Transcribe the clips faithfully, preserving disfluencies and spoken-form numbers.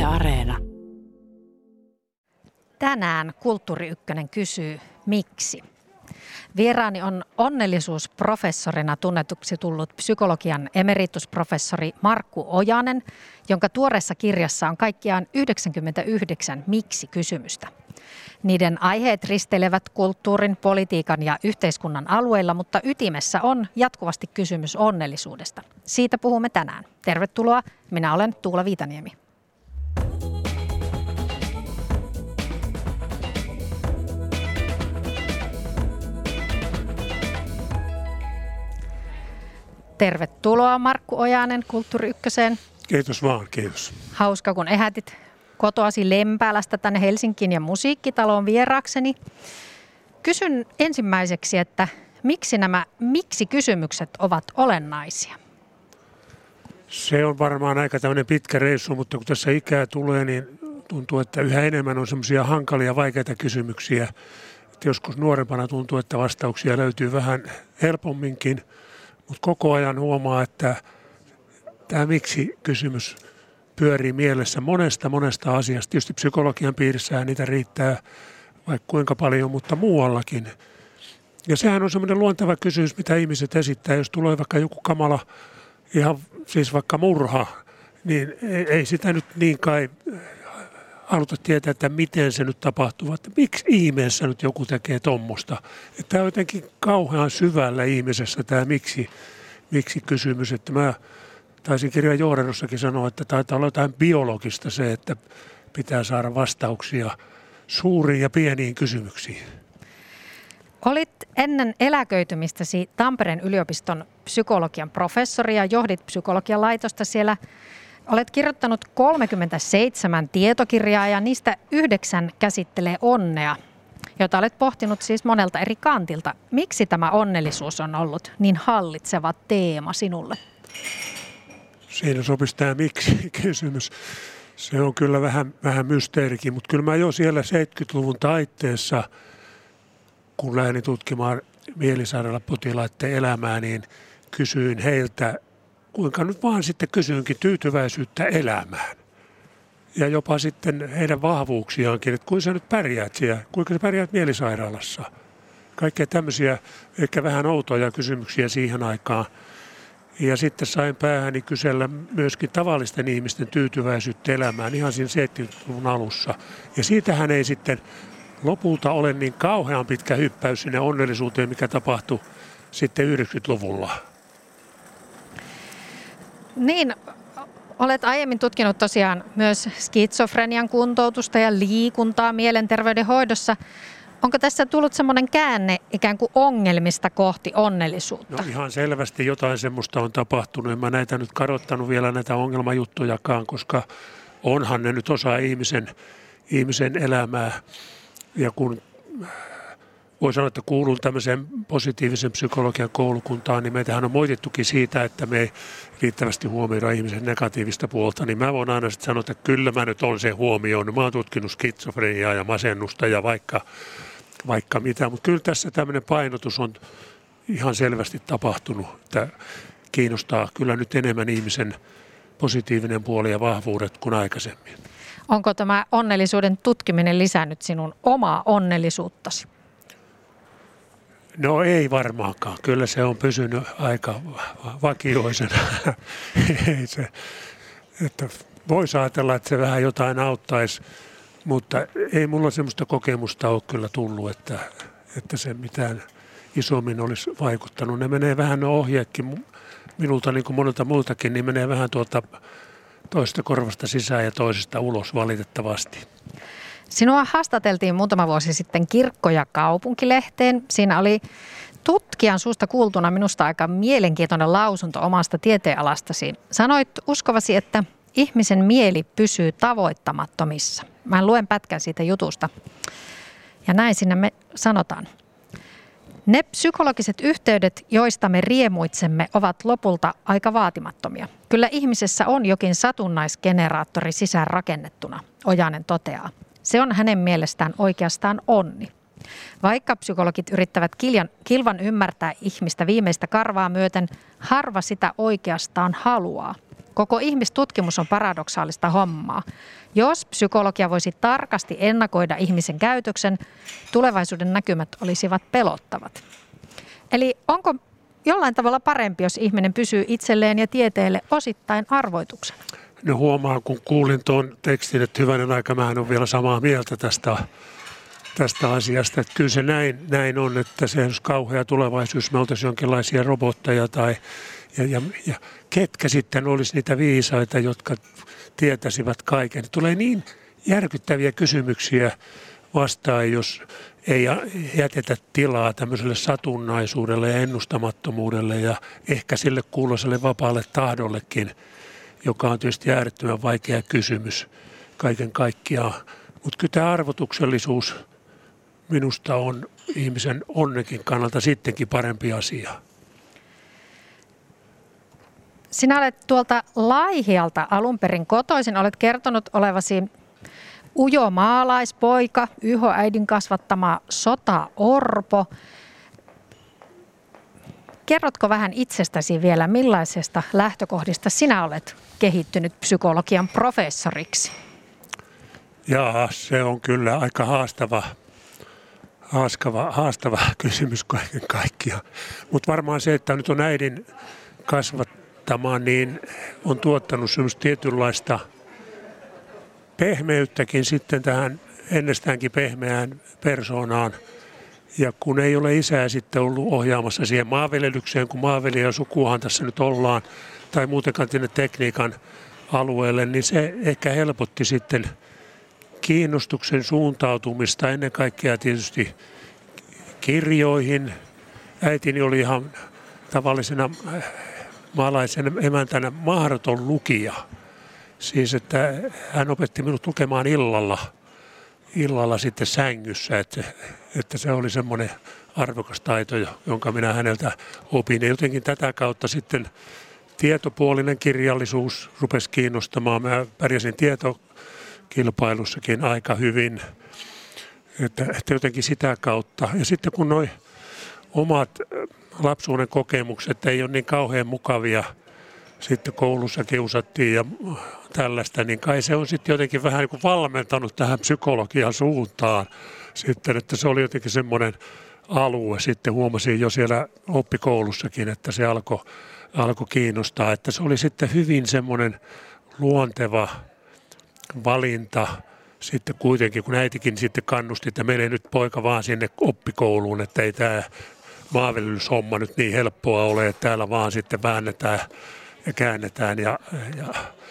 Areena. Tänään Kulttuuri Ykkönen kysyy, miksi? Vieraani on onnellisuusprofessorina tunnetuksi tullut psykologian emeritusprofessori Markku Ojanen, jonka tuoreessa kirjassa on kaikkiaan yhdeksänkymmentäyhdeksän miksi-kysymystä. Niiden aiheet risteilevät kulttuurin, politiikan ja yhteiskunnan alueilla, mutta ytimessä on jatkuvasti kysymys onnellisuudesta. Siitä puhumme tänään. Tervetuloa, minä olen Tuula Viitaniemi. Tervetuloa Markku Ojanen Kulttuuri Ykköseen. Kiitos vaan, kiitos. Hauska, kun ehätit kotoasi Lempäälästä tänne Helsinkiin ja Musiikkitaloon vieraakseni. Kysyn ensimmäiseksi, että miksi nämä miksi-kysymykset ovat olennaisia? Se on varmaan aika tämmöinen pitkä reissu, mutta kun tässä ikää tulee, niin tuntuu, että yhä enemmän on semmoisia hankalia, vaikeita kysymyksiä. Että joskus nuorempana tuntuu, että vastauksia löytyy vähän helpomminkin, mutta koko ajan huomaa, että tämä miksi-kysymys pyörii mielessä monesta, monesta asiasta. Tietysti psykologian piirissähän niitä riittää vaikka kuinka paljon, mutta muuallakin. Ja sehän on semmoinen luonteva kysymys, mitä ihmiset esittää. Jos tulee vaikka joku kamala, ihan siis vaikka murha, niin ei sitä nyt niin kai haluta tietää, että miten se nyt tapahtuu. Että miksi ihmeessä nyt joku tekee tommosta? Tämä on jotenkin kauhean syvällä ihmisessä tämä miksi, miksi kysymys. Että mä taisin kirjan johdannossakin sanoa, että taitaa olla jotain biologista se, että pitää saada vastauksia suuriin ja pieniin kysymyksiin. Olit ennen eläköitymistäsi Tampereen yliopiston psykologian professori ja johdit psykologian laitosta siellä. Olet kirjoittanut kolmekymmentäseitsemän tietokirjaa ja niistä yhdeksän käsittelee onnea, jota olet pohtinut siis monelta eri kantilta. Miksi tämä onnellisuus on ollut niin hallitseva teema sinulle? Siinä sopisi tämä miksi-kysymys. Se on kyllä vähän, vähän mysteerikin, mutta kyllä mä jo siellä seitsemänkymmentäluvun taitteessa, kun lähdin tutkimaan mielisairaalapotilaiden elämää, niin kysyin heiltä, kuinka nyt vaan sitten kysyinkin tyytyväisyyttä elämään. Ja jopa sitten heidän vahvuuksiaankin, että kuinka sä nyt pärjäät siellä, kuinka sä pärjäät mielisairaalassa. Kaikkea tämmöisiä ehkä vähän outoja kysymyksiä siihen aikaan. Ja sitten sain päähäni kysellä myöskin tavallisten ihmisten tyytyväisyyttä elämään ihan siinä seitsemänkymmentäluvun alussa. Ja siitähän ei sitten lopulta ole niin kauhean pitkä hyppäys sinne onnellisuuteen, mikä tapahtui sitten yhdeksänkymmentäluvulla. Niin, olet aiemmin tutkinut tosiaan myös skitsofrenian kuntoutusta ja liikuntaa mielenterveyden hoidossa. Onko tässä tullut semmoinen käänne ikään kuin ongelmista kohti onnellisuutta? No ihan selvästi jotain semmoista on tapahtunut. En mä näitä nyt kadottanut vielä näitä ongelmajuttujakaan, koska onhan ne nyt osa ihmisen, ihmisen elämää. Ja kun voi sanoa, että kuulun tämmöiseen positiivisen psykologian koulukuntaan, niin meitähän on moitittukin siitä, että me ei riittävästi huomioida ihmisen negatiivista puolta. Niin mä voin aina sitten sanoa, että kyllä mä nyt olen sen huomioon. Mä oon tutkinut skitsofreniaa ja masennusta ja vaikka, vaikka mitä. Mutta kyllä tässä tämmöinen painotus on ihan selvästi tapahtunut. Että kiinnostaa kyllä nyt enemmän ihmisen positiivinen puoli ja vahvuudet kuin aikaisemmin. Onko tämä onnellisuuden tutkiminen lisännyt sinun omaa onnellisuuttasi? No ei varmaankaan. Kyllä se on pysynyt aika vakioisena. ei se, että voisi ajatella, että se vähän jotain auttaisi, mutta ei mulla semmoista kokemusta ole kyllä tullut, että, että se mitään isommin olisi vaikuttanut. Ne menee vähän ne ohjeetkin minulta niin kuin monelta muiltakin, niin menee vähän tuolta toisesta korvasta sisään ja toisesta ulos valitettavasti. Sinua haastateltiin muutama vuosi sitten Kirkko ja kaupunkilehteen. Siinä oli tutkijan suusta kuultuna minusta aika mielenkiintoinen lausunto omasta tieteenalastasi. Sanoit uskovasi, että ihmisen mieli pysyy tavoittamattomissa. Mä luen pätkän siitä jutusta. Ja näin sinne me sanotaan. Ne psykologiset yhteydet, joista me riemuitsemme, ovat lopulta aika vaatimattomia. Kyllä ihmisessä on jokin satunnaisgeneraattori sisään rakennettuna, Ojanen toteaa. Se on hänen mielestään oikeastaan onni. Vaikka psykologit yrittävät kiljan, kilvan ymmärtää ihmistä viimeistä karvaa myöten, harva sitä oikeastaan haluaa. Koko ihmistutkimus on paradoksaalista hommaa. Jos psykologia voisi tarkasti ennakoida ihmisen käytöksen, tulevaisuuden näkymät olisivat pelottavat. Eli onko jollain tavalla parempi, jos ihminen pysyy itselleen ja tieteelle osittain arvoituksena? No huomaan, kun kuulin tuon tekstin, että hyvänen aika, mähän on vielä samaa mieltä tästä, tästä asiasta. Että kyllä se näin, näin on, että se olisi kauhea tulevaisuus, me oltaisiin jonkinlaisia robotteja tai ja, ja, ja ketkä sitten olisi niitä viisaita, jotka tietäisivät kaiken. Tulee niin järkyttäviä kysymyksiä vastaan, jos ei jätetä tilaa tämmöiselle satunnaisuudelle ja ennustamattomuudelle ja ehkä sille kuuloiselle vapaalle tahdollekin, joka on tietysti äärettömän vaikea kysymys kaiken kaikkiaan. Mutta kyllä tämä arvotuksellisuus minusta on ihmisen onnekin kannalta sittenkin parempi asia. Sinä olet tuolta Laihialta alun perin kotoisin. Olet kertonut olevasi ujo maalaispoika, Yho-äidin kasvattama sotaorpo. Kerrotko vähän itsestäsi vielä, millaisesta lähtökohdista sinä olet kehittynyt psykologian professoriksi? Jaa, se on kyllä aika haastava, haastava, haastava kysymys kaiken kaikkiaan. Mutta varmaan se, että nyt on äidin kasvattama, niin on tuottanut semmoista tietynlaista pehmeyttäkin sitten tähän ennestäänkin pehmeään persoonaan. Ja kun ei ole isää sitten ollut ohjaamassa siihen maanviljelykseen, kun maanviljelijä ja sukuahan tässä nyt ollaan, tai muutenkaan tänne tekniikan alueelle, niin se ehkä helpotti sitten kiinnostuksen suuntautumista ennen kaikkea tietysti kirjoihin. Äitini oli ihan tavallisena maalaisen emäntänä mahdoton lukija. Siis, että hän opetti minut lukemaan illalla, illalla sitten sängyssä, että, että se oli semmoinen arvokas taito, jonka minä häneltä opin. Ja jotenkin tätä kautta sitten tietopuolinen kirjallisuus rupesi kiinnostamaan. Mä pärjäsin tietokilpailussakin aika hyvin, että, että jotenkin sitä kautta. Ja sitten kun nuo omat lapsuuden kokemukset ei ole niin kauhean mukavia, sitten koulussa kiusattiin ja tällaista, niin kai se on sitten jotenkin vähän niin kuin valmentanut tähän psykologian suuntaan sitten, että se oli jotenkin semmoinen alue. Sitten huomasin jo siellä oppikoulussakin, että se alkoi alko kiinnostaa, että se oli sitten hyvin semmoinen luonteva valinta sitten kuitenkin, kun äitikin sitten kannusti, että menee nyt poika vaan sinne oppikouluun, että ei tämä maanviljelyshomma nyt niin helppoa ole, että täällä vaan sitten väännetään ja käännetään ja, ja,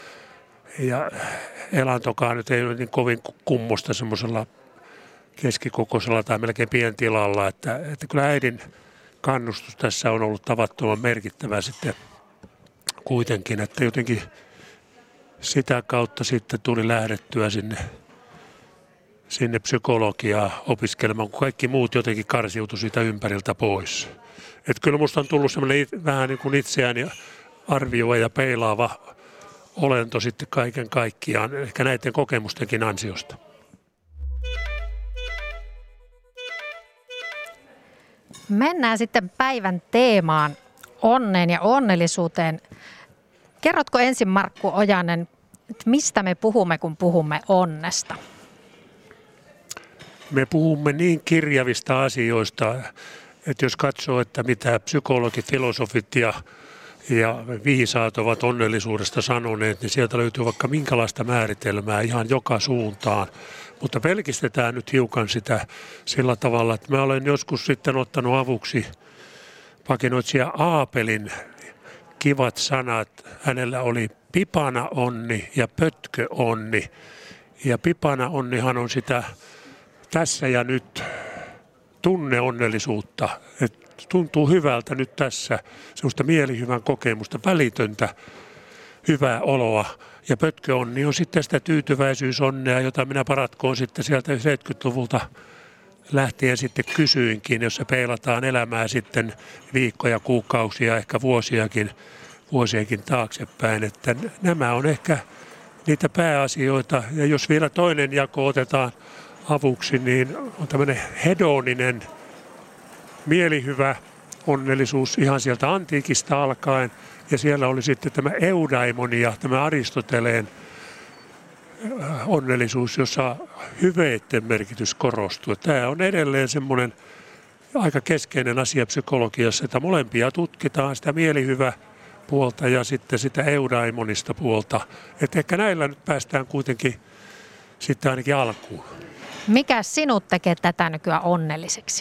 ja elantokaan nyt ei ole niin kovin kummosta semmoisella keskikokoisella tai melkein pientilalla, että, että kyllä äidin kannustus tässä on ollut tavattoman merkittävä sitten kuitenkin, että jotenkin sitä kautta sitten tuli lähdettyä sinne, sinne psykologiaa opiskelemaan, kun kaikki muut jotenkin karsiutui siitä ympäriltä pois. Että kyllä musta on tullut semmoinen vähän niin kuin itseäni arvioiva ja peilaava olento sitten kaiken kaikkiaan, ehkä näiden kokemustenkin ansiosta. Mennään sitten päivän teemaan, onneen ja onnellisuuteen. Kerrotko ensin, Markku Ojanen, että mistä me puhumme, kun puhumme onnesta? Me puhumme niin kirjavista asioista, että jos katsoo, että mitä psykologit, filosofit ja, ja viisaat ovat onnellisuudesta sanoneet, niin sieltä löytyy vaikka minkälaista määritelmää ihan joka suuntaan. Mutta pelkistetään nyt hiukan sitä sillä tavalla, että mä olen joskus sitten ottanut avuksi pakinoitsija Aapelin kivat sanat. Hänellä oli pipana onni ja pötkö onni. Ja pipana onnihan on sitä tässä ja nyt tunneonnellisuutta. Et tuntuu hyvältä nyt tässä, semmoista mielihyvän kokemusta, välitöntä hyvää oloa. Ja pötköonni on sitten sitä tyytyväisyysonnea, jota minä paratkoon sitten sieltä seitsemänkymmentäluvulta lähtien sitten kysyinkin, jossa peilataan elämää sitten viikkoja, kuukausia, ehkä vuosiakin, vuosiakin taaksepäin. Että nämä on ehkä niitä pääasioita. Ja jos vielä toinen jako otetaan avuksi, niin on tämmöinen hedoninen, mielihyvä onnellisuus ihan sieltä antiikista alkaen. Ja siellä oli sitten tämä eudaimonia, tämä Aristoteleen onnellisuus, jossa hyveiden merkitys korostuu. Tämä on edelleen semmoinen aika keskeinen asia psykologiassa, että molempia tutkitaan, sitä mielihyvä puolta ja sitten sitä eudaimonista puolta. Että ehkä näillä nyt päästään kuitenkin sitten ainakin alkuun. Mikä sinut tekee tätä nykyään onnelliseksi?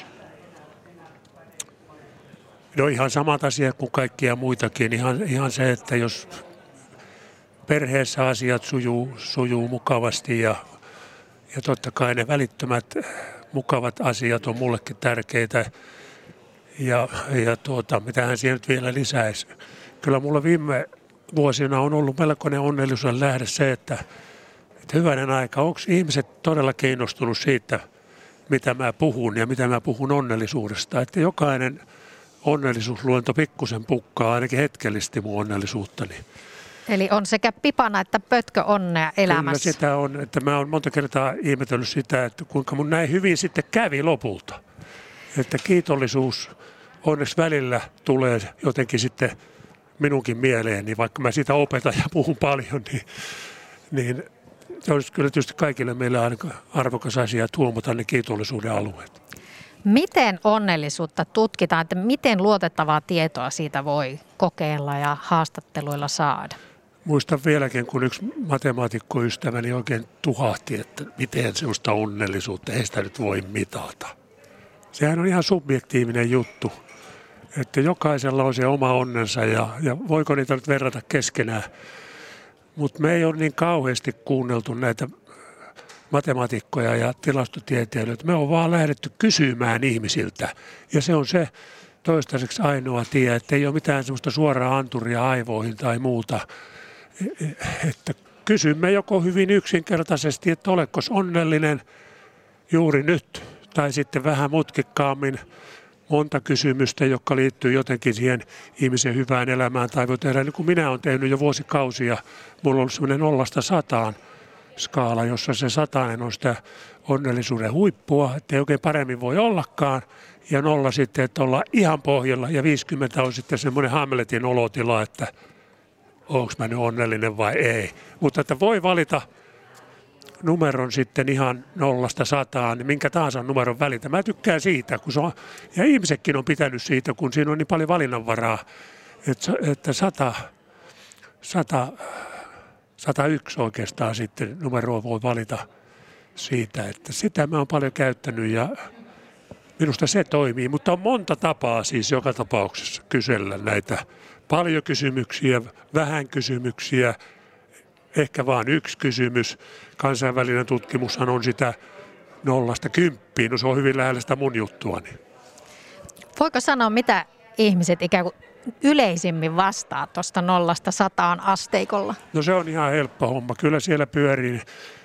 No ihan samat asiat kuin kaikkia muitakin. Ihan, ihan se, että jos perheessä asiat sujuu, sujuu mukavasti ja, ja totta kai ne välittömät mukavat asiat on mullekin tärkeitä. Ja, ja tuota, mitähän siihen nyt vielä lisäisi. Kyllä mulla viime vuosina on ollut melkoinen onnellisuuden lähde se, että, että hyvänen aika, onko ihmiset todella kiinnostunut siitä, mitä mä puhun ja mitä mä puhun onnellisuudesta. Että jokainen onnellisuusluento pikkusen pukkaa ainakin hetkellisesti mun onnellisuuttani. Eli on sekä pipana että pötkö onnea elämässä. Kyllä sitä on, että mä oon monta kertaa ihmetellyt sitä, että kuinka mun näin hyvin sitten kävi lopulta. Että kiitollisuus onneksi välillä tulee jotenkin sitten minunkin mieleeni, vaikka mä sitä opetan ja puhun paljon, niin, niin se olisi kyllä tietysti kaikille meille aika arvokas asia huomata ne kiitollisuuden alueet. Miten onnellisuutta tutkitaan, että miten luotettavaa tietoa siitä voi kokeilla ja haastatteluilla saada? Muistan vieläkin, kun yksi matemaatikkoystäväni oikein tuhahti, että miten sellaista onnellisuutta ei sitä nyt voi mitata. Sehän on ihan subjektiivinen juttu, että jokaisella on se oma onnensa ja, ja voiko niitä nyt verrata keskenään. Mutta me ei ole niin kauheasti kuunneltu näitä matemaatikkoja ja tilastotieteilijöitä. Me on vaan lähdetty kysymään ihmisiltä ja se on se toistaiseksi ainoa tie, että ei ole mitään semmoista suoraa anturia aivoihin tai muuta. Että kysymme joko hyvin yksinkertaisesti, että oleko onnellinen juuri nyt tai sitten vähän mutkikkaammin monta kysymystä, jotka liittyy jotenkin siihen ihmisen hyvään elämään tai voi tehdä niin kuin minä olen tehnyt jo vuosikausia. Mulla on ollut semmoinen nollasta sataan skaala, jossa se satainen on sitä onnellisuuden huippua, että ei oikein paremmin voi ollakaan. Ja nolla sitten, että ollaan ihan pohjalla ja viisikymmentä on sitten semmoinen Hamletin olotila, että onko mä nyt onnellinen vai ei. Mutta että voi valita numeron sitten ihan nollasta sataan, niin minkä tahansa numeron välitä. Mä tykkään siitä, kun se on, ja ihmisetkin on pitänyt siitä, kun siinä on niin paljon valinnanvaraa, että, että sata, sata, sata yksi oikeastaan sitten numeroa voi valita siitä, että sitä mä oon paljon käyttänyt ja minusta se toimii, mutta on monta tapaa siis joka tapauksessa kysellä näitä paljon kysymyksiä, vähän kysymyksiä, ehkä vain yksi kysymys. Kansainvälinen tutkimushan on sitä nollasta kymppiin, no se on hyvin lähellä sitä mun juttuani. Voiko sanoa, mitä ihmiset ikään kuin yleisimmin vastaa tuosta nollasta sataan asteikolla? No se on ihan helppo homma. Kyllä siellä pyörii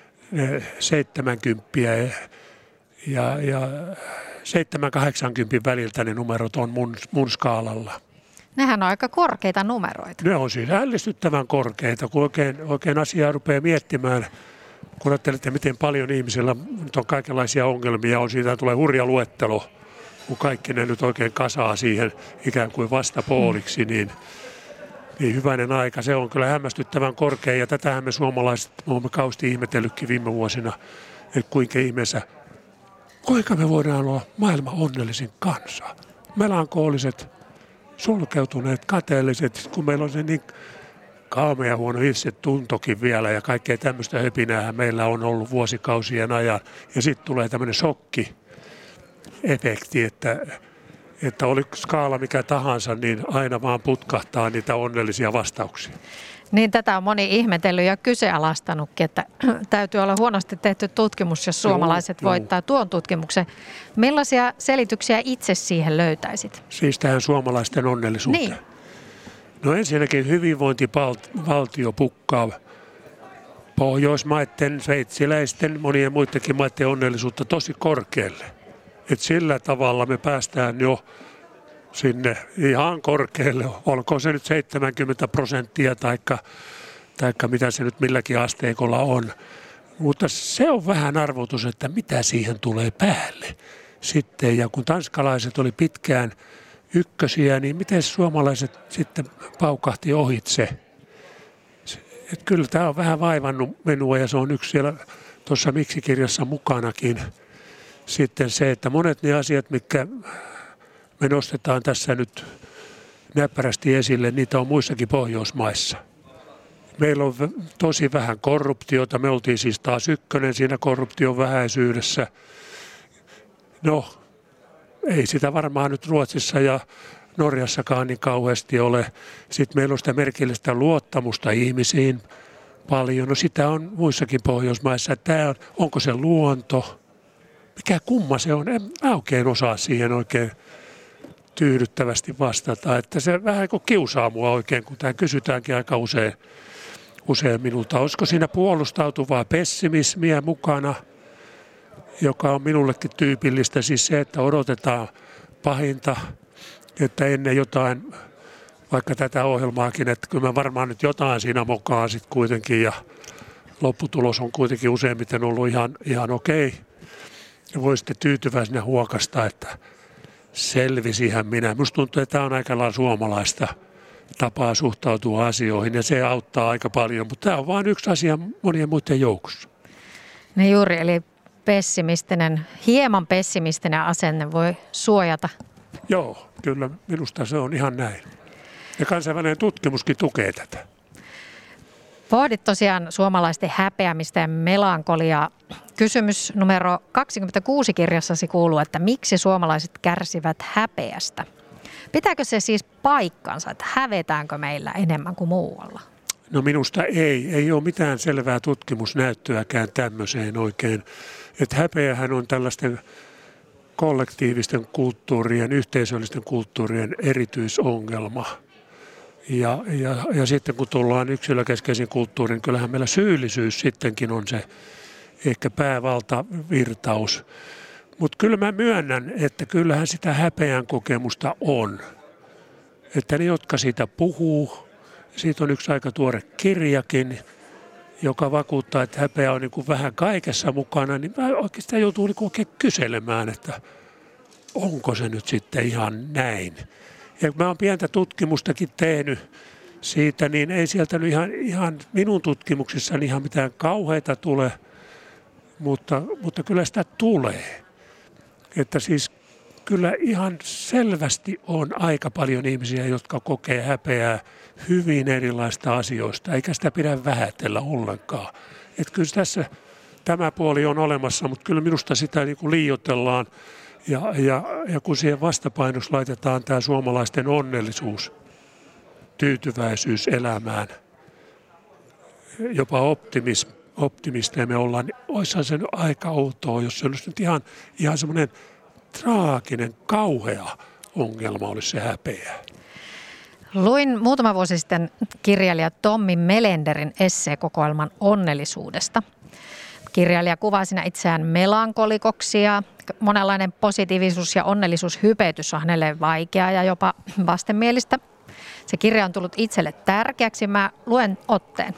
seitsemänkymppiä ja, ja seitsemän kahdeksankympin väliltä ne numerot on mun, mun skaalalla. Nehän on aika korkeita numeroita. Ne on siis ällistyttävän korkeita, kun oikein, oikein asiaa rupeaa miettimään. Kun ajattelette, miten paljon ihmisillä nyt on kaikenlaisia ongelmia, on siitä tulee hurja luettelo, kun kaikki ne nyt oikein kasaa siihen ikään kuin vastapuoliksi, niin, niin hyvänen aika. Se on kyllä hämmästyttävän korkea ja tätähän me suomalaiset olemme kausti ihmetellytkin viime vuosina, että kuinka ihmeessä, kuinka me voidaan olla maailman onnellisin kansa. Melankooliset, sulkeutuneet, kateelliset, kun meillä on se niin kaamea huono itsetuntokin vielä ja kaikkea tämmöistä höpinäähän meillä on ollut vuosikausien ajan. Ja sitten tulee tämmöinen shokki-efekti, että, että oli skaala mikä tahansa, niin aina vaan putkahtaa niitä onnellisia vastauksia. Niin tätä on moni ihmetellyt ja kyseenalaistanutkin, että täytyy olla huonosti tehty tutkimus, jos suomalaiset joo, voittaa joo. tuon tutkimuksen. Millaisia selityksiä itse siihen löytäisit? Siis tähän suomalaisten onnellisuuteen? Niin. No ensinnäkin hyvinvointivaltio pukkaa Pohjoismaiden, sveitsiläisten, monien muidenkin maiden onnellisuutta tosi korkealle. Et sillä tavalla me päästään jo sinne ihan korkealle, olkoon se nyt seitsemänkymmentä prosenttia taikka, taikka mitä se nyt milläkin asteikolla on. Mutta se on vähän arvotus, että mitä siihen tulee päälle sitten. Ja kun tanskalaiset oli pitkään ykkösiä, niin miten suomalaiset sitten paukahti ohitse? Et kyllä tämä on vähän vaivannut minua ja se on yksi siellä tuossa Miksi-kirjassa mukanakin. Sitten se, että monet ne asiat, mitkä me nostetaan tässä nyt näppärästi esille, niitä on muissakin Pohjoismaissa. Meillä on tosi vähän korruptiota. Me oltiin siis taas ykkönen siinä korruption vähäisyydessä. No, ei sitä varmaan nyt Ruotsissa ja Norjassakaan niin kauheasti ole. Sitten meillä on sitä merkillistä luottamusta ihmisiin paljon. No sitä on muissakin Pohjoismaissa. Tämä on, onko se luonto? Mikä kumma se on? En mä oikein osaa siihen oikein tyydyttävästi vastata. Että se vähän kuin kiusaa mua oikein, kun tämä kysytäänkin aika usein, usein minulta. Olisiko siinä puolustautuvaa pessimismiä mukana, joka on minullekin tyypillistä. Siis se, että odotetaan pahinta, että ennen jotain, vaikka tätä ohjelmaakin, että kyllä mä varmaan nyt jotain siinä mokaan sitten kuitenkin. Ja lopputulos on kuitenkin useimmiten ollut ihan, ihan okei. Ja voi sitten tyytyväisenä huokasta, että selvisihän minä. Minusta tuntuu, että tämä on aika lailla suomalaista tapaa suhtautua asioihin ja se auttaa aika paljon, mutta tämä on vain yksi asia monien muiden joukossa. No juuri, eli pessimistinen, hieman pessimistinen asenne voi suojata. Joo, kyllä minusta se on ihan näin. Ja kansainvälinen tutkimuskin tukee tätä. Pohdit tosiaan suomalaisten häpeämistä ja melankoliaa. Kysymys numero kaksikymmentäkuusi kirjassasi kuuluu, että miksi suomalaiset kärsivät häpeästä? Pitääkö se siis paikkansa, että hävetäänkö meillä enemmän kuin muualla? No minusta ei. Ei ole mitään selvää tutkimusnäyttöäkään tämmöiseen oikein. Että häpeähän on tällaisten kollektiivisten kulttuurien, yhteisöllisten kulttuurien erityisongelma. Ja, ja, ja sitten kun tullaan yksilökeskeisiin kulttuuriin, niin kyllähän meillä syyllisyys sittenkin on se ehkä päävaltavirtaus. Mutta kyllä mä myönnän, että kyllähän sitä häpeän kokemusta on. Että ne, jotka siitä puhuu, siitä on yksi aika tuore kirjakin, joka vakuuttaa, että häpeä on niin kuin vähän kaikessa mukana, niin mä oikeastaan joutuu niin kuin oikein kyselemään, että onko se nyt sitten ihan näin. Ja kun mä oon pientä tutkimustakin tehnyt siitä, niin ei sieltä nyt ihan, ihan minun tutkimuksissani ihan mitään kauheita tule, mutta, mutta kyllä sitä tulee. Että siis kyllä ihan selvästi on aika paljon ihmisiä, jotka kokee häpeää hyvin erilaista asioista, eikä sitä pidä vähätellä ollenkaan. Että kyllä tässä tämä puoli on olemassa, mutta kyllä minusta sitä niin kuin liioitellaan. Ja, ja, ja kun siihen vastapainoksi laitetaan tämä suomalaisten onnellisuus, tyytyväisyys elämään, jopa optimism, optimisteja me ollaan, niin olisihan se nyt aika outoa, jos se olisi nyt ihan, ihan semmoinen traaginen, kauhea ongelma olisi se häpeä. Luin muutama vuosi sitten kirjailija Tommi Melenderin esseekokoelman onnellisuudesta. Kirjailija kuvaa siinä itseään melankolikoksi ja monenlainen positiivisuus ja onnellisuushypetys on hänelle vaikeaa ja jopa vastenmielistä. Se kirja on tullut itselle tärkeäksi. Mä luen otteen.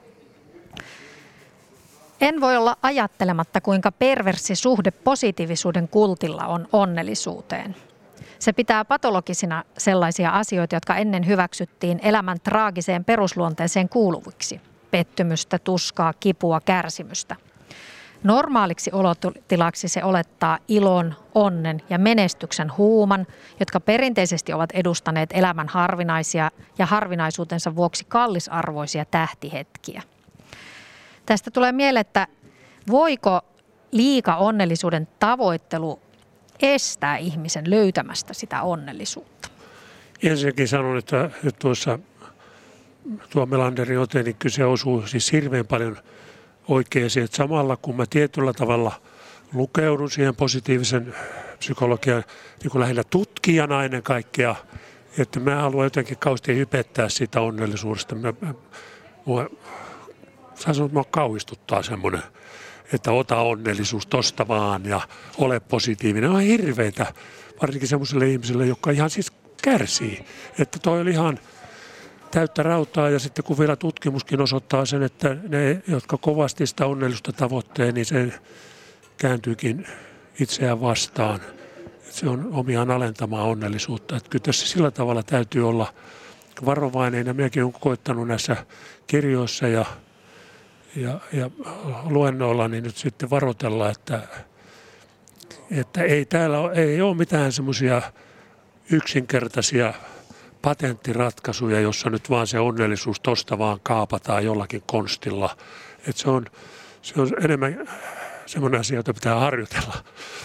En voi olla ajattelematta, kuinka perverssi suhde positiivisuuden kultilla on onnellisuuteen. Se pitää patologisina sellaisia asioita, jotka ennen hyväksyttiin elämän traagiseen perusluonteeseen kuuluviksi. Pettymystä, tuskaa, kipua, kärsimystä. Normaaliksi olotilaksi se olettaa ilon, onnen ja menestyksen huuman, jotka perinteisesti ovat edustaneet elämän harvinaisia ja harvinaisuutensa vuoksi kallisarvoisia tähtihetkiä. Tästä tulee mieleen, että voiko liika onnellisuuden tavoittelu estää ihmisen löytämästä sitä onnellisuutta? Ensinnäkin sanon, että tuossa tuo Melanderin ote, niin kyse osuu siis hirveän paljon oikeisiin. Että samalla kun mä tietyllä tavalla lukeudun siihen positiivisen psykologian niin kuin lähinnä tutkijana ennen kaikkea, että mä haluan jotenkin kauheasti hypettää sitä onnellisuudesta. Mä, mä, mua, sanoa, että mua kauhistuttaa semmoinen, että ota onnellisuus tosta vaan ja ole positiivinen. On hirveitä, varsinkin semmoiselle ihmiselle, joka ihan siis kärsii. Että toi oli ihan täyttä rautaa ja sitten kun vielä tutkimuskin osoittaa sen, että ne, jotka kovasti sitä onnellisuutta tavoittelee, niin se kääntyykin itseään vastaan. se on omiaan alentamaan onnellisuutta. Että kyllä tässä sillä tavalla täytyy olla varovainen, ja minäkin olen koettanut näissä kirjoissa ja, ja, ja luennoilla niin nyt sitten varoitella, että, että ei täällä ole, ei ole mitään semmoisia yksinkertaisia patenttiratkaisuja, jossa nyt vaan se onnellisuus tosta vaan kaapataan jollakin konstilla. Että se on, se on enemmän semmoinen asia, jota pitää harjoitella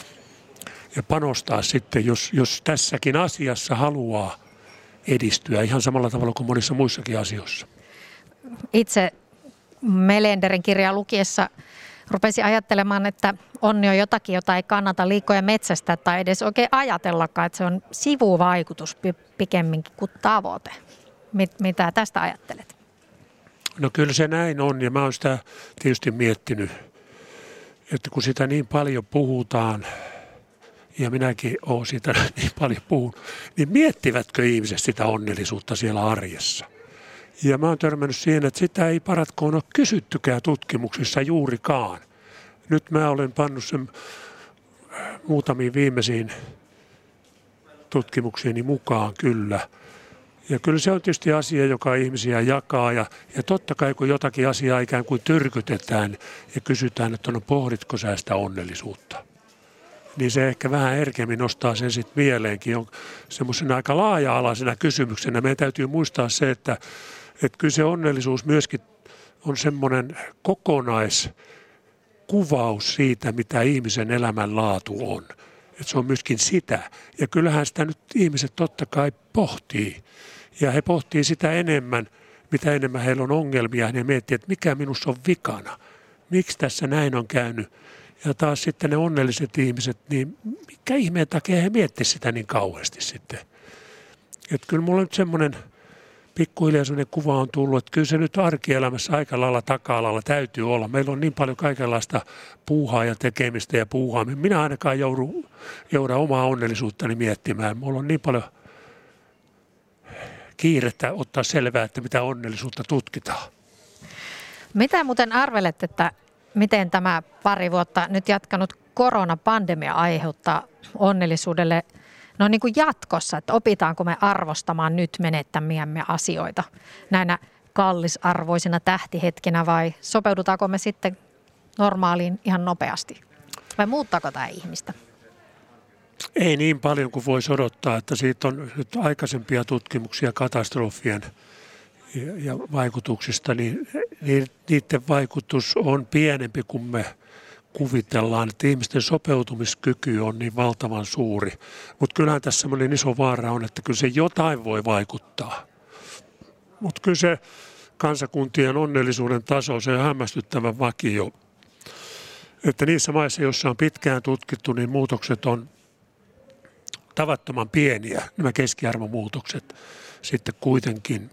ja panostaa sitten, jos, jos tässäkin asiassa haluaa edistyä ihan samalla tavalla kuin monissa muissakin asioissa. Itse Melenderin kirjaa lukiessa rupesin ajattelemaan, että onni on jotakin, jota ei kannata liikkoja metsästä tai edes oikein ajatellakaan, että se on sivuvaikutus pikemminkin kuin tavoite. Mit, mitä tästä ajattelet? No kyllä se näin on, ja mä oon sitä tietysti miettinyt, että kun sitä niin paljon puhutaan, ja minäkin olen siitä niin paljon puhunut, niin miettivätkö ihmiset sitä onnellisuutta siellä arjessa? Ja mä oon törmännyt siihen, että sitä ei paratkoon ole kysyttykään tutkimuksissa juurikaan. Nyt mä olen pannut sen muutamiin viimeisiin tutkimuksiini mukaan kyllä. Ja kyllä se on tietysti asia, joka ihmisiä jakaa. Ja, ja totta kai kun jotakin asiaa ikään kuin tyrkytetään ja kysytään, että no pohditko sä sitä onnellisuutta, niin se ehkä vähän herkemmin nostaa sen sitten mieleenkin. On semmoisena aika laaja-alaisena kysymyksenä. Meidän täytyy muistaa se, että, että kyllä se onnellisuus myöskin on semmoinen kokonaiskuvaus siitä, mitä ihmisen elämänlaatu on. Että se on myöskin sitä. Ja kyllähän sitä nyt ihmiset totta kai pohtii. Ja he pohtii sitä enemmän, mitä enemmän heillä on ongelmia. He miettii, että mikä minussa on vikana. Miksi tässä näin on käynyt. Ja taas sitten ne onnelliset ihmiset, niin mikä ihmeen takia he miettisivät sitä niin kauheasti sitten. Että kyllä mulla nyt semmoinen pikkuhiljaa semmoinen kuva on tullut, että kyllä se nyt arkielämässä aika lailla taka-alalla täytyy olla. Meillä on niin paljon kaikenlaista puuhaa ja tekemistä ja puuhaa. Minä ainakaan joudun, joudan omaa onnellisuuttani miettimään. Mulla on niin paljon kiirettä ottaa selvää, että mitä onnellisuutta tutkitaan. Mitä muuten arvelet, että miten tämä pari vuotta nyt jatkanut koronapandemia aiheuttaa onnellisuudelle no niin kuin jatkossa, että opitaanko me arvostamaan nyt menettämiämme asioita näinä kallisarvoisina tähtihetkinä vai sopeudutaanko me sitten normaaliin ihan nopeasti? Vai muuttaako tämä ihmistä? Ei niin paljon kuin voisi odottaa, että siitä on nyt aikaisempia tutkimuksia katastrofien ja, ja vaikutuksista, niin niiden vaikutus on pienempi kuin me kuvitellaan, että ihmisten sopeutumiskyky on niin valtavan suuri. Mutta kyllähän tässä semmoinen iso vaara on, että kyllä se jotain voi vaikuttaa. Mutta kyllä se kansakuntien onnellisuuden taso, se on hämmästyttävän vakio. Että niissä maissa, joissa on pitkään tutkittu, niin muutokset on tavattoman pieniä, nämä keskiarvomuutokset sitten kuitenkin.